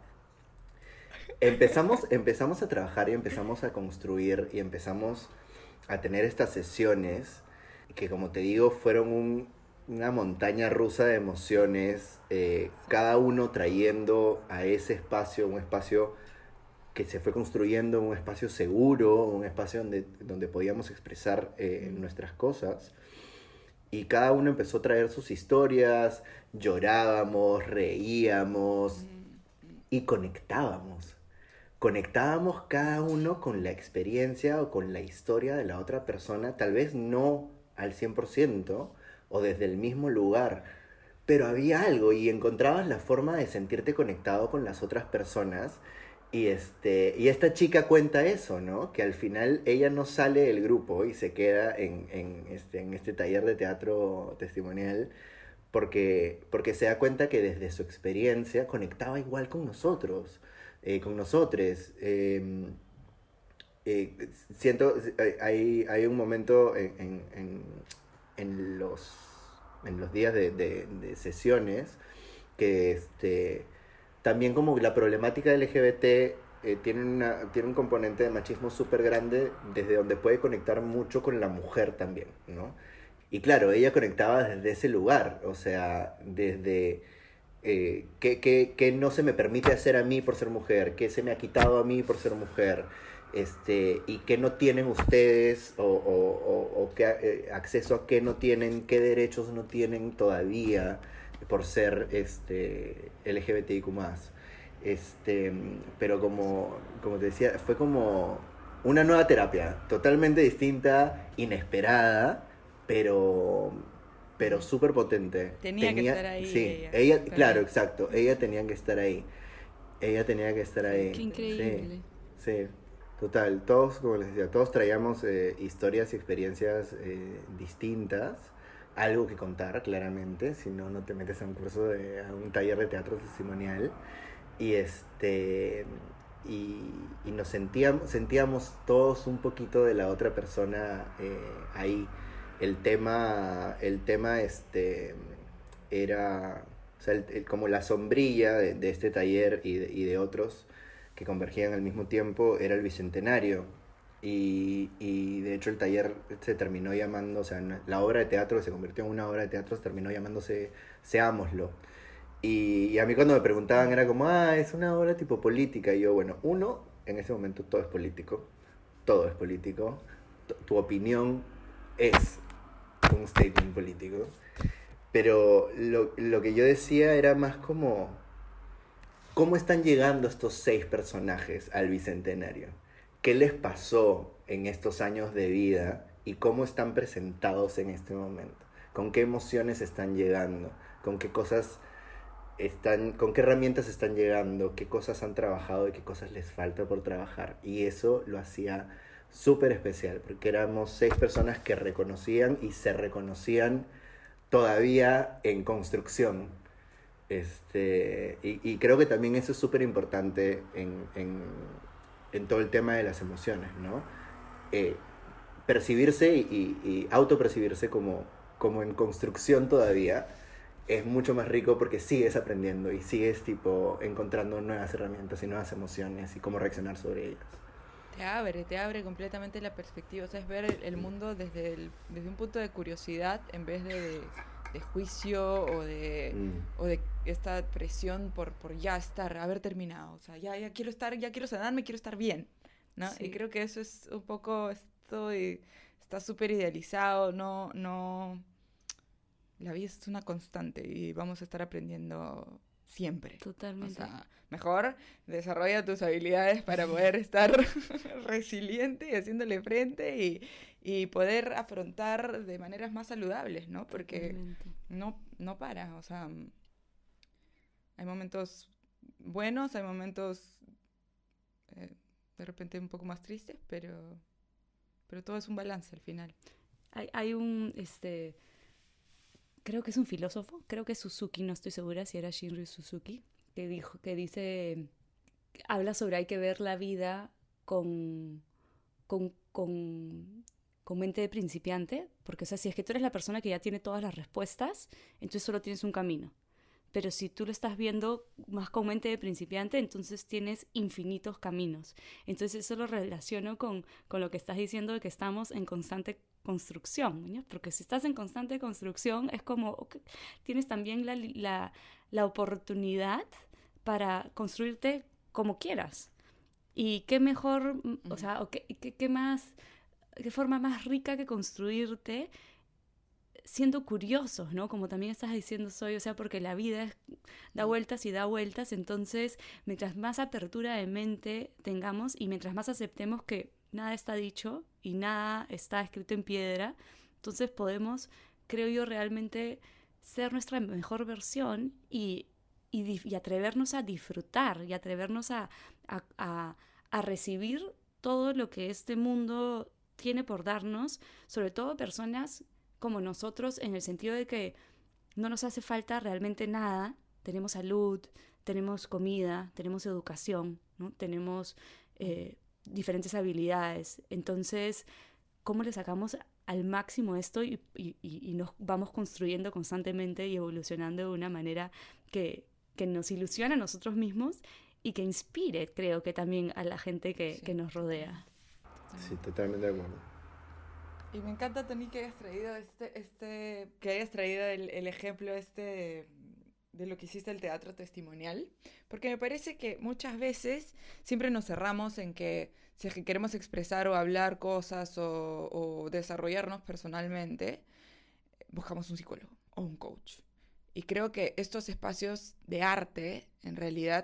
Empezamos, empezamos a trabajar y empezamos a construir y empezamos a tener estas sesiones que, como te digo, fueron un- una montaña rusa de emociones, eh, Sí. cada uno trayendo a ese espacio, un espacio que se fue construyendo, un espacio seguro, un espacio donde, donde podíamos expresar eh, Mm. nuestras cosas. Y cada uno empezó a traer sus historias, llorábamos, reíamos Mm. Mm. y conectábamos. Conectábamos cada uno con la experiencia o con la historia de la otra persona, tal vez no al cien por ciento o desde el mismo lugar, pero había algo y encontrabas la forma de sentirte conectado con las otras personas. Y, este, y esta chica cuenta eso, ¿no? Que al final ella no sale del grupo y se queda en, en, este, en este taller de teatro testimonial porque, porque se da cuenta que desde su experiencia conectaba igual con nosotros, eh, con nosotros. Eh, eh, siento, hay, hay un momento en, en, en, en los, en los días de, de, de sesiones que este, también como la problemática L G B T eh, tiene, una, tiene un componente de machismo súper grande desde donde puede conectar mucho con la mujer también, ¿no? Y claro, ella conectaba desde ese lugar, o sea, desde eh, qué, qué, qué no se me permite hacer a mí por ser mujer, qué se me ha quitado a mí por ser mujer, este, y qué no tienen ustedes, o, o, o, o qué eh, acceso a qué no tienen, qué derechos no tienen todavía por ser este, L G B T I Q más. Este, pero como, como te decía, fue como una nueva terapia, totalmente distinta, inesperada, pero, pero Mm. súper potente. Tenía que estar ahí Sí, ella, ella, ¿verdad? claro, exacto, ella tenía que estar ahí. Ella tenía que estar ahí. Qué increíble. Sí, sí, total. Todos, como les decía, todos traíamos eh, historias y experiencias eh, distintas, algo que contar, claramente, si no, no te metes a un curso, de, a un taller de teatro testimonial. Y este y, y nos sentíamos, sentíamos todos un poquito de la otra persona eh, ahí. El tema, el tema este, era, o sea, el- el- como la sombrilla de, de este taller y de, y de otros que convergían al mismo tiempo era el Bicentenario. Y, y de hecho el taller se terminó llamando, o sea, la obra de teatro que se convirtió en una obra de teatro se terminó llamándose Seámoslo. Y, y a mí cuando me preguntaban era como, ah, es una obra tipo política. Y yo, bueno, uno, en ese momento todo es político, todo es político, tu, tu opinión es un statement político. Pero lo, lo que yo decía era más como, ¿cómo están llegando estos seis personajes al Bicentenario? ¿Qué les pasó en estos años de vida y cómo están presentados en este momento? ¿Con qué emociones están llegando? ¿Con qué cosas están, con qué herramientas están llegando? ¿Qué cosas han trabajado y qué cosas les falta por trabajar? Y eso lo hacía súper especial, porque éramos seis personas que reconocían y se reconocían todavía en construcción. Este, y, y creo que también eso es súper importante en, en, en todo el tema de las emociones, ¿no? Eh, percibirse y, y, y autopercibirse como, como en construcción todavía es mucho más rico porque sigues aprendiendo y sigues tipo encontrando nuevas herramientas y nuevas emociones y cómo reaccionar sobre ellas. Te abre, te abre completamente la perspectiva, o sea, es ver el, el mundo desde, el, desde un punto de curiosidad en vez de, de, de juicio o de, Mm. o de esta presión por, por ya estar, haber terminado, o sea, ya, ya quiero estar, ya quiero sanarme, quiero estar bien, ¿no? Sí. Y creo que eso es un poco, esto y está súper idealizado, no, no, la vida es una constante y vamos a estar aprendiendo siempre. O Totalmente. sea, mejor desarrolla tus habilidades para poder estar resiliente y haciéndole frente y, y poder afrontar de maneras más saludables, ¿no? Porque Totalmente. no, no para, o sea, hay momentos buenos, hay momentos eh, de repente un poco más tristes, pero, pero todo es un balance al final. Hay, hay un, este, creo que es un filósofo, creo que es Suzuki, no estoy segura si era Shinryu Suzuki, que dijo, que dice, habla sobre hay que ver la vida con, con, con, con mente de principiante, porque o sea, si es que tú eres la persona que ya tiene todas las respuestas, entonces solo tienes un camino. Pero si tú lo estás viendo más con mente de principiante, entonces tienes infinitos caminos. Entonces eso lo relaciono con, con lo que estás diciendo de que estamos en constante construcción, ¿no? Porque si estás en constante construcción es como okay, tienes también la, la, la oportunidad para construirte como quieras. Y qué mejor, o sea, o qué, qué, qué más, qué forma más rica que construirte siendo curiosos, ¿no? Como también estás diciendo, Soy, o sea, porque la vida es, da vueltas y da vueltas, entonces mientras más apertura de mente tengamos y mientras más aceptemos que nada está dicho y nada está escrito en piedra, entonces podemos, creo yo, realmente ser nuestra mejor versión y, y, y atrevernos a disfrutar y atrevernos a, a, a, a recibir todo lo que este mundo tiene por darnos, sobre todo personas como nosotros, en el sentido de que no nos hace falta realmente nada. Tenemos salud, tenemos comida, tenemos educación, ¿no? Tenemos eh, diferentes habilidades. Entonces, ¿cómo le sacamos al máximo esto y, y, y nos vamos construyendo constantemente y evolucionando de una manera que, que nos ilusiona a nosotros mismos y que inspire, creo que también a la gente que, Sí, que nos rodea? Sí, totalmente de acuerdo. Y me encanta, Tony, que hayas traído este, este, que hayas traído el, el ejemplo este de, de lo que hiciste el teatro testimonial, porque me parece que muchas veces siempre nos cerramos en que si es que queremos expresar o hablar cosas o, o desarrollarnos personalmente, buscamos un psicólogo o un coach. Y creo que estos espacios de arte, en realidad,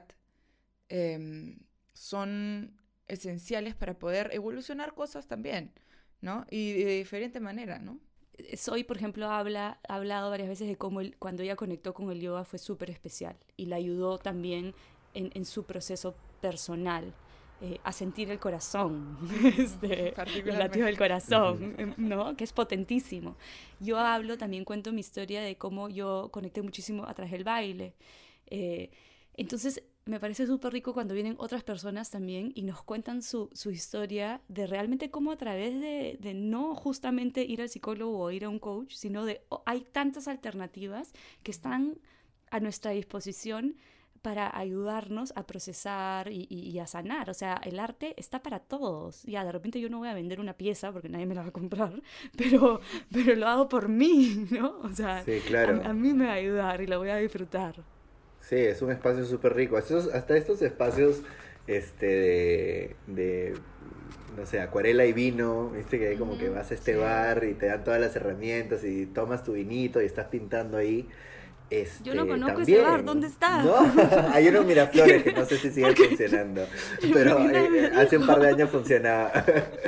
eh, son esenciales para poder evolucionar cosas también, ¿no? Y de diferente manera, ¿no? Soy, por ejemplo, habla, ha hablado varias veces de cómo él, cuando ella conectó con el yoga fue súper especial y la ayudó también en, en su proceso personal. Eh, a sentir el corazón, este, el latido del corazón, ¿no? Que es potentísimo. Yo hablo, también cuento mi historia de cómo yo conecté muchísimo a través del baile. Eh, entonces, me parece súper rico cuando vienen otras personas también y nos cuentan su, su historia de realmente cómo a través de, de no justamente ir al psicólogo o ir a un coach, sino de oh, hay tantas alternativas que están a nuestra disposición para ayudarnos a procesar y, y, y a sanar. O sea, el arte está para todos. Ya, de repente yo no voy a vender una pieza porque nadie me la va a comprar, pero, pero lo hago por mí, ¿no? O sea, sí, claro. a, a mí me va a ayudar y lo voy a disfrutar. Sí, es un espacio súper rico. Estos, hasta estos espacios este de, de, no sé, acuarela y vino, viste que como que vas a este sí. bar y te dan todas las herramientas y tomas tu vinito y estás pintando ahí. Este, yo no conozco también, ese bar, ¿dónde está? ¿no? Hay uno en Miraflores que no sé si sigue funcionando, pero eh, hace un par de años funcionaba.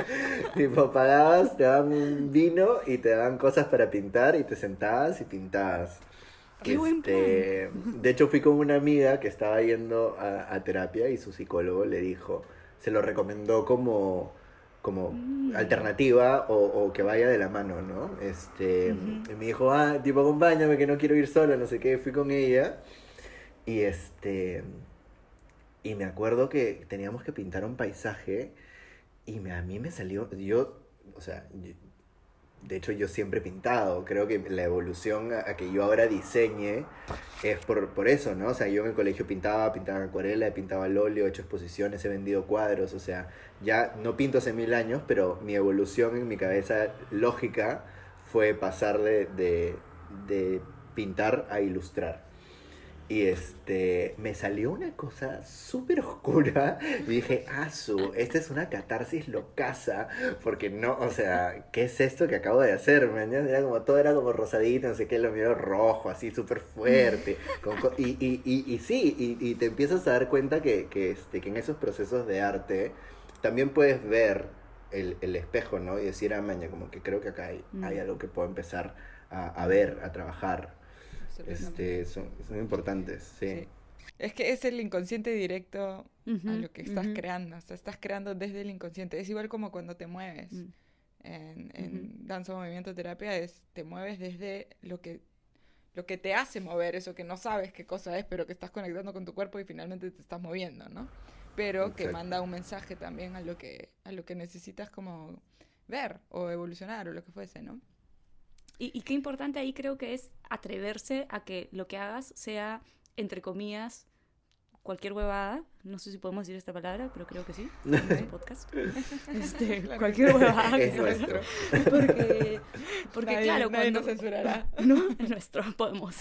Tipo, pagabas, te daban un vino y te daban cosas para pintar y te sentabas y pintabas. ¡Qué buen plan! Este, de hecho, fui con una amiga que estaba yendo a, a terapia y su psicólogo le dijo, se lo recomendó como... como mm. alternativa o, o que vaya de la mano, ¿no? Este, uh-huh. Y me dijo, ah, tipo, acompáñame que no quiero ir sola, no sé qué, fui con ella y este, y me acuerdo que teníamos que pintar un paisaje y me, a mí me salió, yo, o sea, yo, de hecho yo siempre he pintado, creo que la evolución a, a que yo ahora diseñe es por, por eso, ¿no? O sea, yo en el colegio pintaba, pintaba acuarela, he pintado al óleo, he hecho exposiciones, he vendido cuadros, o sea, ya no pinto hace mil años, pero mi evolución en mi cabeza lógica fue pasar de, de, de pintar a ilustrar. Y este, me salió una cosa súper oscura y dije, ah, su, esta es una catarsis locaza, porque no, o sea, ¿qué es esto que acabo de hacer? ¿Me Era como, todo era como rosadito, no sé qué, lo mío rojo, así súper fuerte. Con, y, y, y, y sí, y, y te empiezas a dar cuenta que, que, este, que en esos procesos de arte también puedes ver el, el espejo, ¿no? Y decir, ah, maña, como que creo que acá hay, mm. hay algo que puedo empezar a, a ver, a trabajar. Este, son, son importantes, sí. sí. Es que es el inconsciente directo uh-huh, a lo que estás uh-huh. creando. O sea, estás creando desde el inconsciente. Es igual como cuando te mueves. Uh-huh. En, en uh-huh. danza, movimiento, terapia, es te mueves desde lo que, lo que te hace mover, eso que no sabes qué cosa es, pero que estás conectando con tu cuerpo y finalmente te estás moviendo, ¿no? Pero Exacto. que manda un mensaje también a lo que, a lo que necesitas como ver o evolucionar o lo que fuese, ¿no? Y, y qué importante ahí creo que es atreverse a que lo que hagas sea, entre comillas, cualquier huevada. No sé si podemos decir esta palabra, pero creo que sí. En este podcast. Este, claro. Cualquier huevada. Es nuestro. Porque, porque nadie, claro, nadie cuando... nos censurará. No, es nuestro, podemos.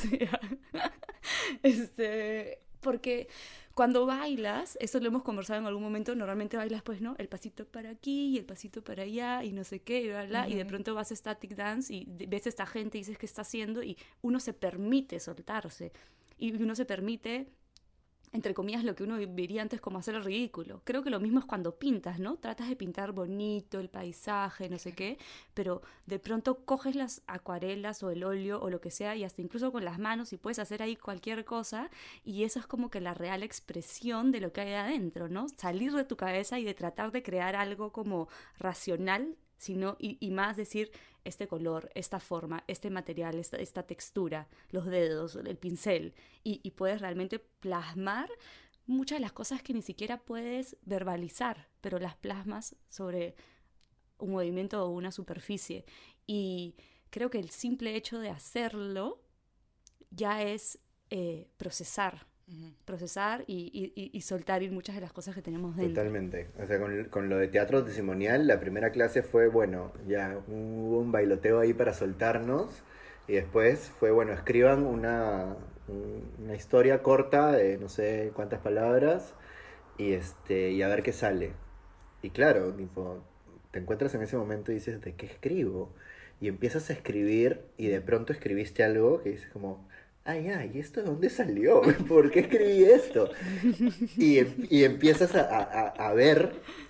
este, porque... Cuando bailas, eso lo hemos conversado en algún momento, normalmente bailas pues, ¿no? El pasito para aquí y el pasito para allá y no sé qué, y, bla, bla, uh-huh. y de pronto vas a static dance y ves a esta gente y dices qué está haciendo y uno se permite soltarse y uno se permite, entre comillas, lo que uno diría antes como hacer el ridículo. Creo que lo mismo es cuando pintas, ¿no? Tratas de pintar bonito el paisaje, no sé qué, pero de pronto coges las acuarelas o el óleo o lo que sea y hasta incluso con las manos y puedes hacer ahí cualquier cosa y eso es como que la real expresión de lo que hay adentro, ¿no? Salir de tu cabeza y de tratar de crear algo como racional, sino y, y más decir este color, esta forma, este material, esta, esta textura, los dedos, el pincel, y, y puedes realmente plasmar muchas de las cosas que ni siquiera puedes verbalizar, pero las plasmas sobre un movimiento o una superficie. Y creo que el simple hecho de hacerlo ya es eh, procesar. procesar y, y, y soltar ir muchas de las cosas que tenemos dentro. Totalmente. O sea, con, con lo de teatro testimonial, la primera clase fue, bueno, ya hubo un bailoteo ahí para soltarnos y después fue, bueno, escriban una, una historia corta de no sé cuántas palabras y, este, y a ver qué sale. Y claro, tipo, te encuentras en ese momento y dices, ¿de qué escribo? Y empiezas a escribir y de pronto escribiste algo que dices como... ay, ay, ¿y esto de dónde salió? ¿Por qué escribí esto? Y, y empiezas a, a, a ver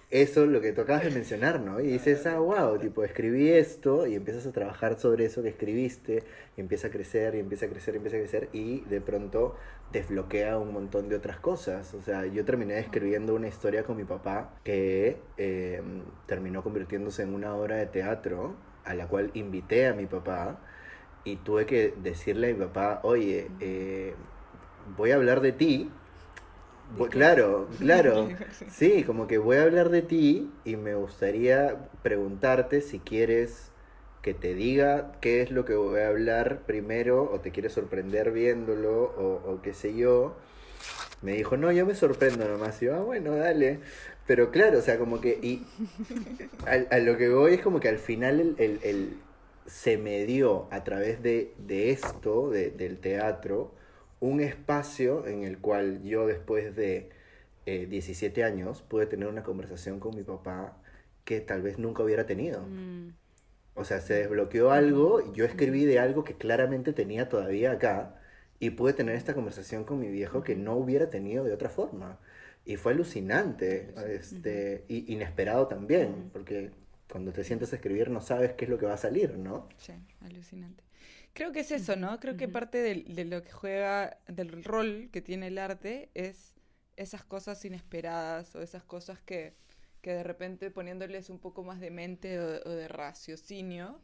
eso lo que tú acabas de mencionar, ¿no? Y dices, ah, wow, tipo, escribí esto y empiezas a trabajar sobre eso que escribiste y empieza a crecer y empieza a crecer y empieza a crecer y de pronto desbloquea un montón de otras cosas. O sea, yo terminé escribiendo una historia con mi papá que eh, terminó convirtiéndose en una obra de teatro a la cual invité a mi papá y tuve que decirle a mi papá, oye, eh, voy a hablar de ti. Bu- Claro, claro, sí, como que voy a hablar de ti y me gustaría preguntarte si quieres que te diga qué es lo que voy a hablar primero o te quieres sorprender viéndolo o, o qué sé yo. Me dijo, no, yo me sorprendo nomás. Y yo, ah, bueno, dale. Pero claro, o sea, como que, y a, a lo que voy es como que al final el, el- el- se me dio a través de, de esto, de- del teatro, un espacio en el cual yo después de eh, diecisiete años pude tener una conversación con mi papá que tal vez nunca hubiera tenido. Mm, O sea, se desbloqueó algo, y yo escribí de algo que claramente tenía todavía acá y pude tener esta conversación con mi viejo que no hubiera tenido de otra forma. Y fue alucinante, este, y inesperado también, porque cuando te sientas a escribir no sabes qué es lo que va a salir, ¿no? Sí, alucinante. Creo que es eso, ujú, ¿no? Creo que ujú. parte del- de, lo que juega, del rol que tiene el arte es esas cosas inesperadas o esas cosas que, que de repente poniéndoles un poco más de mente o, o de raciocinio,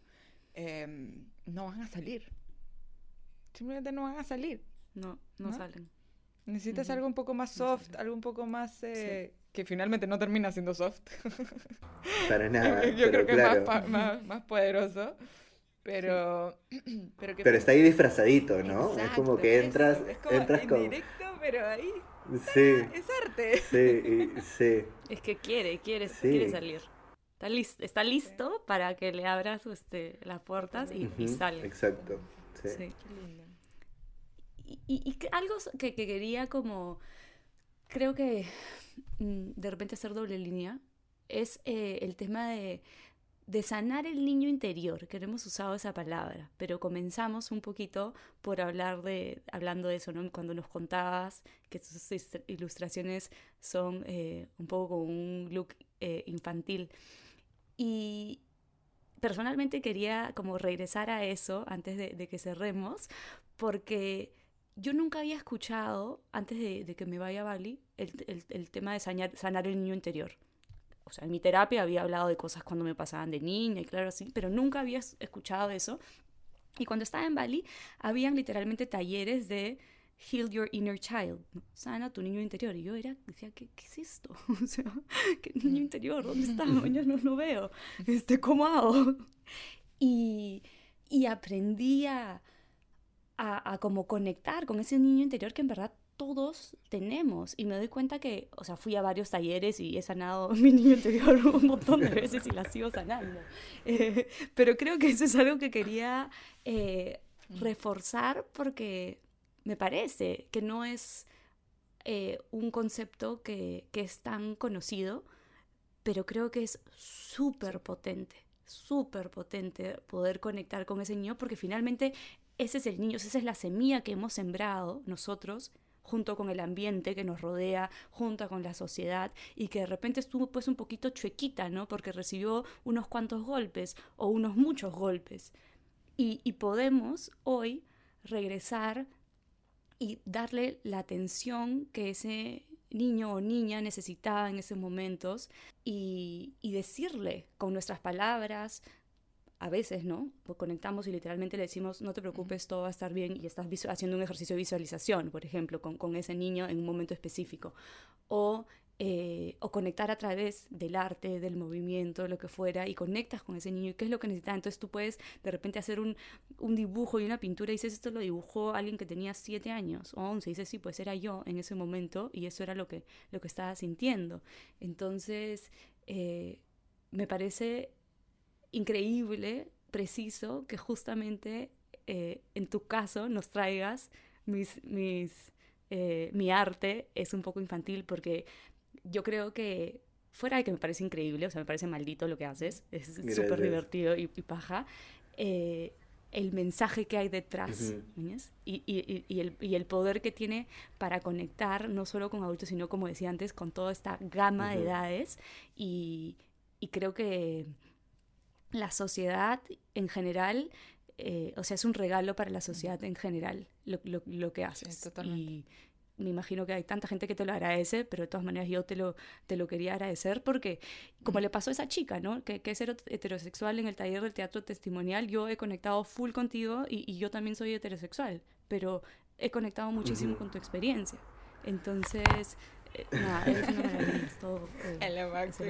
em, no van a salir. Simplemente no van a salir, No, no ¿no? salen. Necesitas Ujú, algo un poco más no soft, salen. algo un poco más Sí. eh, que finalmente no termina siendo soft. Para nada, Yo creo pero que es más, claro. pa- más, más poderoso, Sí. pero, pero que Pero está ahí disfrazadito, ¿no? Es como exacto, que entras, eso. Es como entras con... indirecto, pero ahí Sí, es arte. sí, y- sí, Es que quiere, quiere, quiere sí. salir. Está listo, está Sí, listo para que le abras este, las puertas y, y totalmente, Ujú, sale. exacto, totalmente. sí. Sí. Qué lindo. Y, y- y que algo que, que quería como, creo que mm, de repente hacer doble línea, es eh, el tema de, de sanar el niño interior, que no hemos usado esa palabra, pero comenzamos un poquito por hablar de, hablando de eso, ¿no? Cuando nos contabas que tus is- ilustraciones son eh, un poco con un look eh, infantil. Y personalmente quería como regresar a eso antes de, de que cerremos, porque yo nunca había escuchado, antes de, de que me vaya a Bali, el, el- el tema de sanar, sanar el niño interior. O sea, en mi terapia había hablado de cosas cuando me pasaban de niña y claro, sí, pero nunca había es- escuchado eso. Y cuando estaba en Bali, habían literalmente talleres de Heal Your Inner Child, ¿no? Sana tu niño interior. Y yo era, decía, ¿qué, qué es esto? O sea, ¿qué niño interior? ¿Dónde está? Ya no lo veo. Este, ¿cómo hago? Y, y aprendí a, a, a como conectar con ese niño interior que en verdad todos tenemos. Y me doy cuenta que, o sea, fui a varios talleres y he sanado mi niño interior un montón de veces y la sigo sanando. Eh, pero creo que eso es algo que quería eh, reforzar porque me parece que no es eh, un concepto que, que es tan conocido, pero creo que es súper potente, súper potente poder conectar con ese niño porque finalmente ese es el niño, esa es la semilla que hemos sembrado nosotros junto con el ambiente que nos rodea, junto con la sociedad y que de repente estuvo pues un poquito chuequita, ¿no? Porque recibió unos cuantos golpes o unos muchos golpes. Y, y podemos hoy regresar y darle la atención que ese niño o niña necesitaba en esos momentos y, y decirle con nuestras palabras, a veces, ¿no? Pues conectamos y literalmente le decimos, no te preocupes, todo va a estar bien y estás haciendo un ejercicio de visualización, por ejemplo, con, con ese niño en un momento específico. O, eh, o conectar a través del arte, del movimiento, lo que fuera, y conectas con ese niño y qué es lo que necesita. Entonces tú puedes de repente hacer un, un dibujo y una pintura y dices, esto lo dibujó alguien que tenía siete años o once, y dices, sí, pues era yo en ese momento y eso era lo que, lo que estaba sintiendo. Entonces, eh, me parece increíble, preciso, que justamente eh, en tu caso nos traigas mis, mis, eh, mi arte es un poco infantil porque yo creo que fuera de que me parece increíble, o sea, me parece maldito lo que haces, es súper Gracias. divertido y, y paja, eh, el mensaje que hay detrás, Uh-huh. y, y, y, el, y el poder que tiene para conectar no solo con adultos, sino, como decía antes, con toda esta gama uh-huh. de edades, y, y creo que la sociedad en general, eh, o sea, es un regalo para la sociedad en general lo, lo, lo que haces. Sí, totalmente. Y me imagino que hay tanta gente que te lo agradece, pero de todas maneras yo te lo, te lo quería agradecer porque, como le pasó a esa chica, ¿no? Que, que es heterosexual en el taller del teatro testimonial, yo he conectado full contigo y, y yo también soy heterosexual, pero he conectado muchísimo uh-huh. con tu experiencia. Entonces, eh, nada, eres una maravilla, es todo. Eh, en la máxima.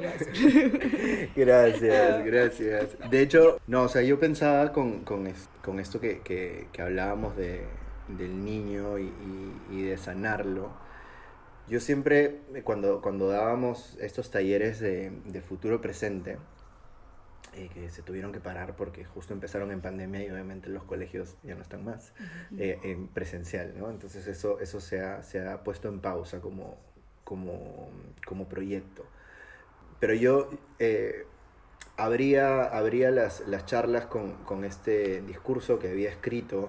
Gracias, gracias. De hecho, no, o sea, yo pensaba con, con, es, con esto que, que, que hablábamos de... del niño y, y, y de sanarlo. Yo siempre, cuando, cuando dábamos estos talleres de, de futuro presente, eh, que se tuvieron que parar porque justo empezaron en pandemia y obviamente los colegios ya no están más uh-huh. eh, en presencial, ¿no? Entonces eso, eso se, ha, se ha puesto en pausa como, como, como proyecto. Pero yo eh, abría, abría las, las charlas con, con este discurso que había escrito.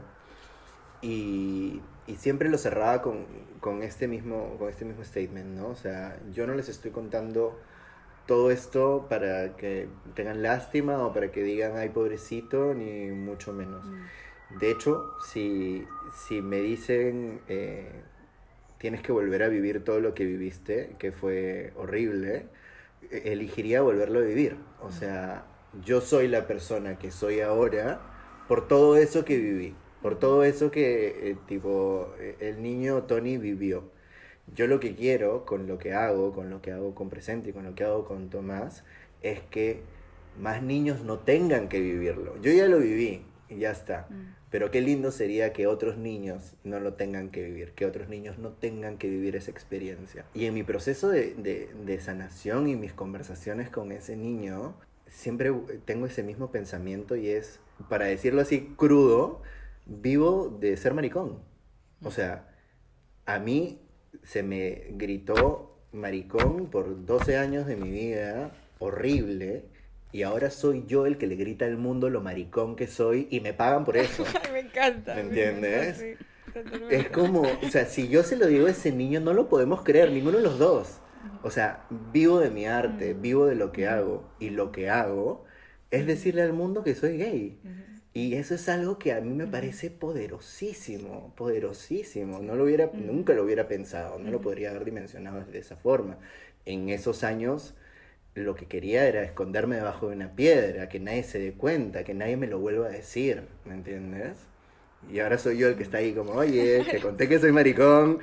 Y, y siempre lo cerraba con, con, este mismo, con este mismo statement, ¿no? O sea, yo no les estoy contando todo esto para que tengan lástima o para que digan, ay, pobrecito, ni mucho menos. Mm. De hecho, si, si me dicen, eh, tienes que volver a vivir todo lo que viviste, que fue horrible, elegiría volverlo a vivir. O sea, yo soy la persona que soy ahora por todo eso que viví. Por todo eso que, eh, tipo, el niño Tony vivió. Yo lo que quiero con lo que hago, con lo que hago con Presente y con lo que hago con Tomás, es que más niños no tengan que vivirlo. Yo ya lo viví y ya está. Mm. Pero qué lindo sería que otros niños no lo tengan que vivir, que otros niños no tengan que vivir esa experiencia. Y en mi proceso de, de, de sanación y mis conversaciones con ese niño, siempre tengo ese mismo pensamiento y es, para decirlo así crudo, vivo de ser maricón. O sea, a mí se me gritó maricón por doce años de mi vida, horrible, y ahora soy yo el que le grita al mundo lo maricón que soy y me pagan por eso. Me encanta. ¿Me entiendes? Me encanta, sí, es como, o sea, si yo se lo digo a ese niño, no lo podemos creer, ninguno de los dos. O sea, vivo de mi arte, vivo de lo que hago, y lo que hago es decirle al mundo que soy gay. Y eso es algo que a mí me parece poderosísimo, poderosísimo. No lo hubiera, mm. Nunca lo hubiera pensado, no mm. lo podría haber dimensionado de esa forma. En esos años lo que quería era esconderme debajo de una piedra, que nadie se dé cuenta, que nadie me lo vuelva a decir, ¿me entiendes? Y ahora soy yo el que está ahí como, oye, te conté que soy maricón.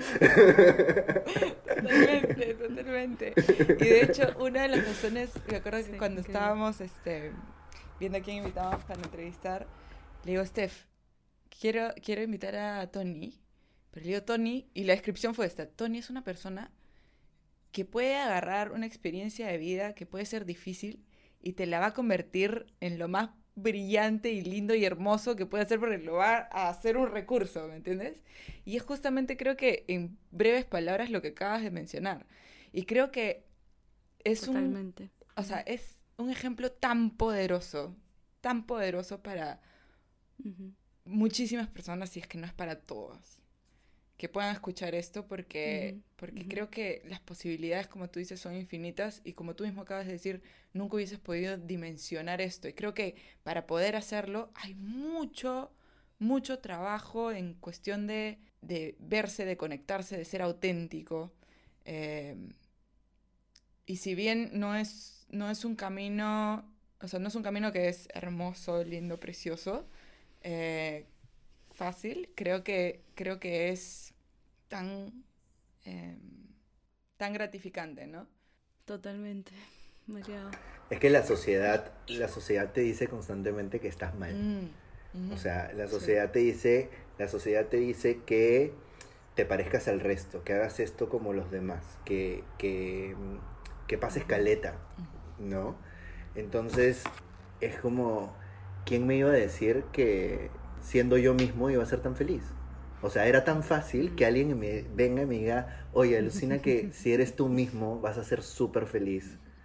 Totalmente, totalmente. Y de hecho, una de las razones, me acuerdo que sí, cuando okay. estábamos este, viendo a quién invitábamos para entrevistar, le digo, Steph, quiero, quiero invitar a Tony, pero le digo Tony, y la descripción fue esta: Tony es una persona que puede agarrar una experiencia de vida que puede ser difícil y te la va a convertir en lo más brillante y lindo y hermoso que puede hacer, porque lo va a hacer un recurso, ¿me entiendes? Y es justamente, creo que en breves palabras, lo que acabas de mencionar. Y creo que es Totalmente. un... O sea, es un ejemplo tan poderoso, tan poderoso para uh-huh. muchísimas personas, si es que no es para todas, que puedan escuchar esto, porque, uh-huh. porque uh-huh. creo que las posibilidades, como tú dices, son infinitas, y como tú mismo acabas de decir, nunca hubieses podido dimensionar esto. Y creo que para poder hacerlo hay mucho, mucho trabajo en cuestión de, de verse, de conectarse, de ser auténtico. Eh, y si bien no es, no es un camino, o sea, no es un camino que es hermoso, lindo, precioso, eh, fácil, creo que, creo que es tan, eh, tan gratificante, ¿no? Totalmente, María. Es que la sociedad, la sociedad te dice constantemente que estás mal. Mm, mm, o sea, la sociedad sí. te dice, la sociedad te dice que te parezcas al resto, que hagas esto como los demás, que, que, que pases caleta, ¿no? Entonces, es como, ¿quién me iba a decir que siendo yo mismo iba a ser tan feliz? O sea, era tan fácil que alguien me venga y me diga, oye, alucina que si eres tú mismo vas a ser súper feliz.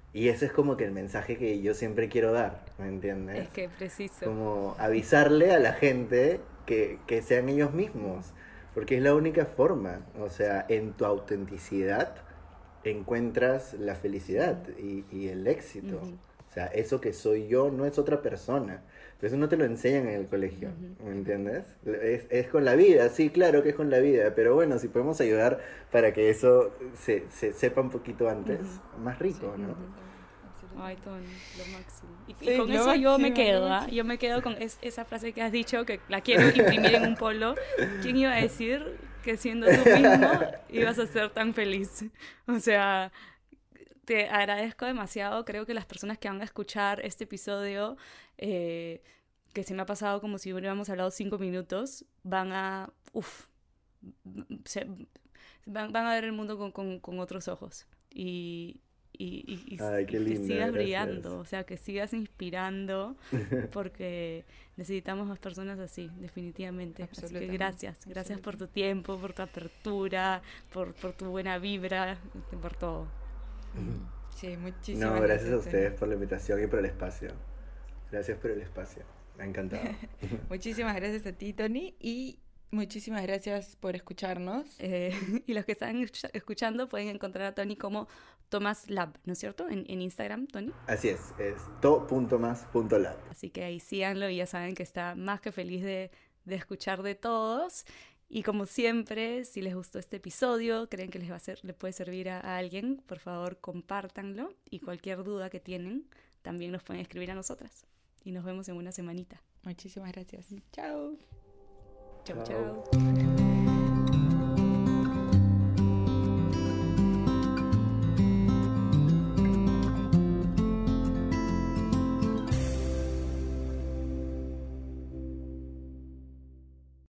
Y ese es como que el mensaje que yo siempre quiero dar, ¿me entiendes? Es que preciso. Como avisarle a la gente que, que sean ellos mismos, porque es la única forma, o sea, en tu autenticidad encuentras la felicidad y, y el éxito. Ujú. O sea, eso que soy yo no es otra persona. Pero eso no te lo enseñan en el colegio, Ujú. ¿me entiendes? Es, es con la vida, sí, claro que es con la vida, pero bueno, si podemos ayudar para que eso se, se sepa un poquito antes, Ujú. más rico, Sí, ¿no? ujú. Ay, Tony, lo máximo. Y, y Sí, con lo eso yo me máximo, quedo, lo ¿ah? máximo. Yo me quedo con es- esa frase que has dicho, que la quiero imprimir en un polo. ¿Quién iba a decir que siendo tú mismo ibas a ser tan feliz? O sea, te agradezco demasiado. Creo que las personas que van a escuchar este episodio, eh, que se me ha pasado como si hubiéramos hablado cinco minutos, van a, uf, se- van, van a ver el mundo con, con- con otros ojos. Y, y, y- y- Ay, y qué que linda, sigas gracias. brillando, o sea, que sigas inspirando, porque necesitamos más personas así, definitivamente. Así que Absolutamente, gracias, gracias por tu absolutamente. tiempo, por tu apertura, por, por tu buena vibra, por todo. Sí, No, muchísimas gracias a gracias, Tony. ustedes por la invitación y por el espacio. Gracias por el espacio, me ha encantado. Muchísimas gracias a ti, Tony, y muchísimas gracias por escucharnos. Eh, y los que están escucha- escuchando pueden encontrar a Tony como Thomas Lab, ¿no es cierto? En, en Instagram, Tony. Así es, es to punto más punto lab. Así que ahí síganlo y ya saben que está más que feliz de, de escuchar de todos. Y como siempre, si les gustó este episodio, creen que les va a ser, le puede servir a, a alguien, por favor compártanlo. Y cualquier duda que tienen, también nos pueden escribir a nosotras. Y nos vemos en una semanita. Muchísimas gracias. Chao. Chau, Chao. chau.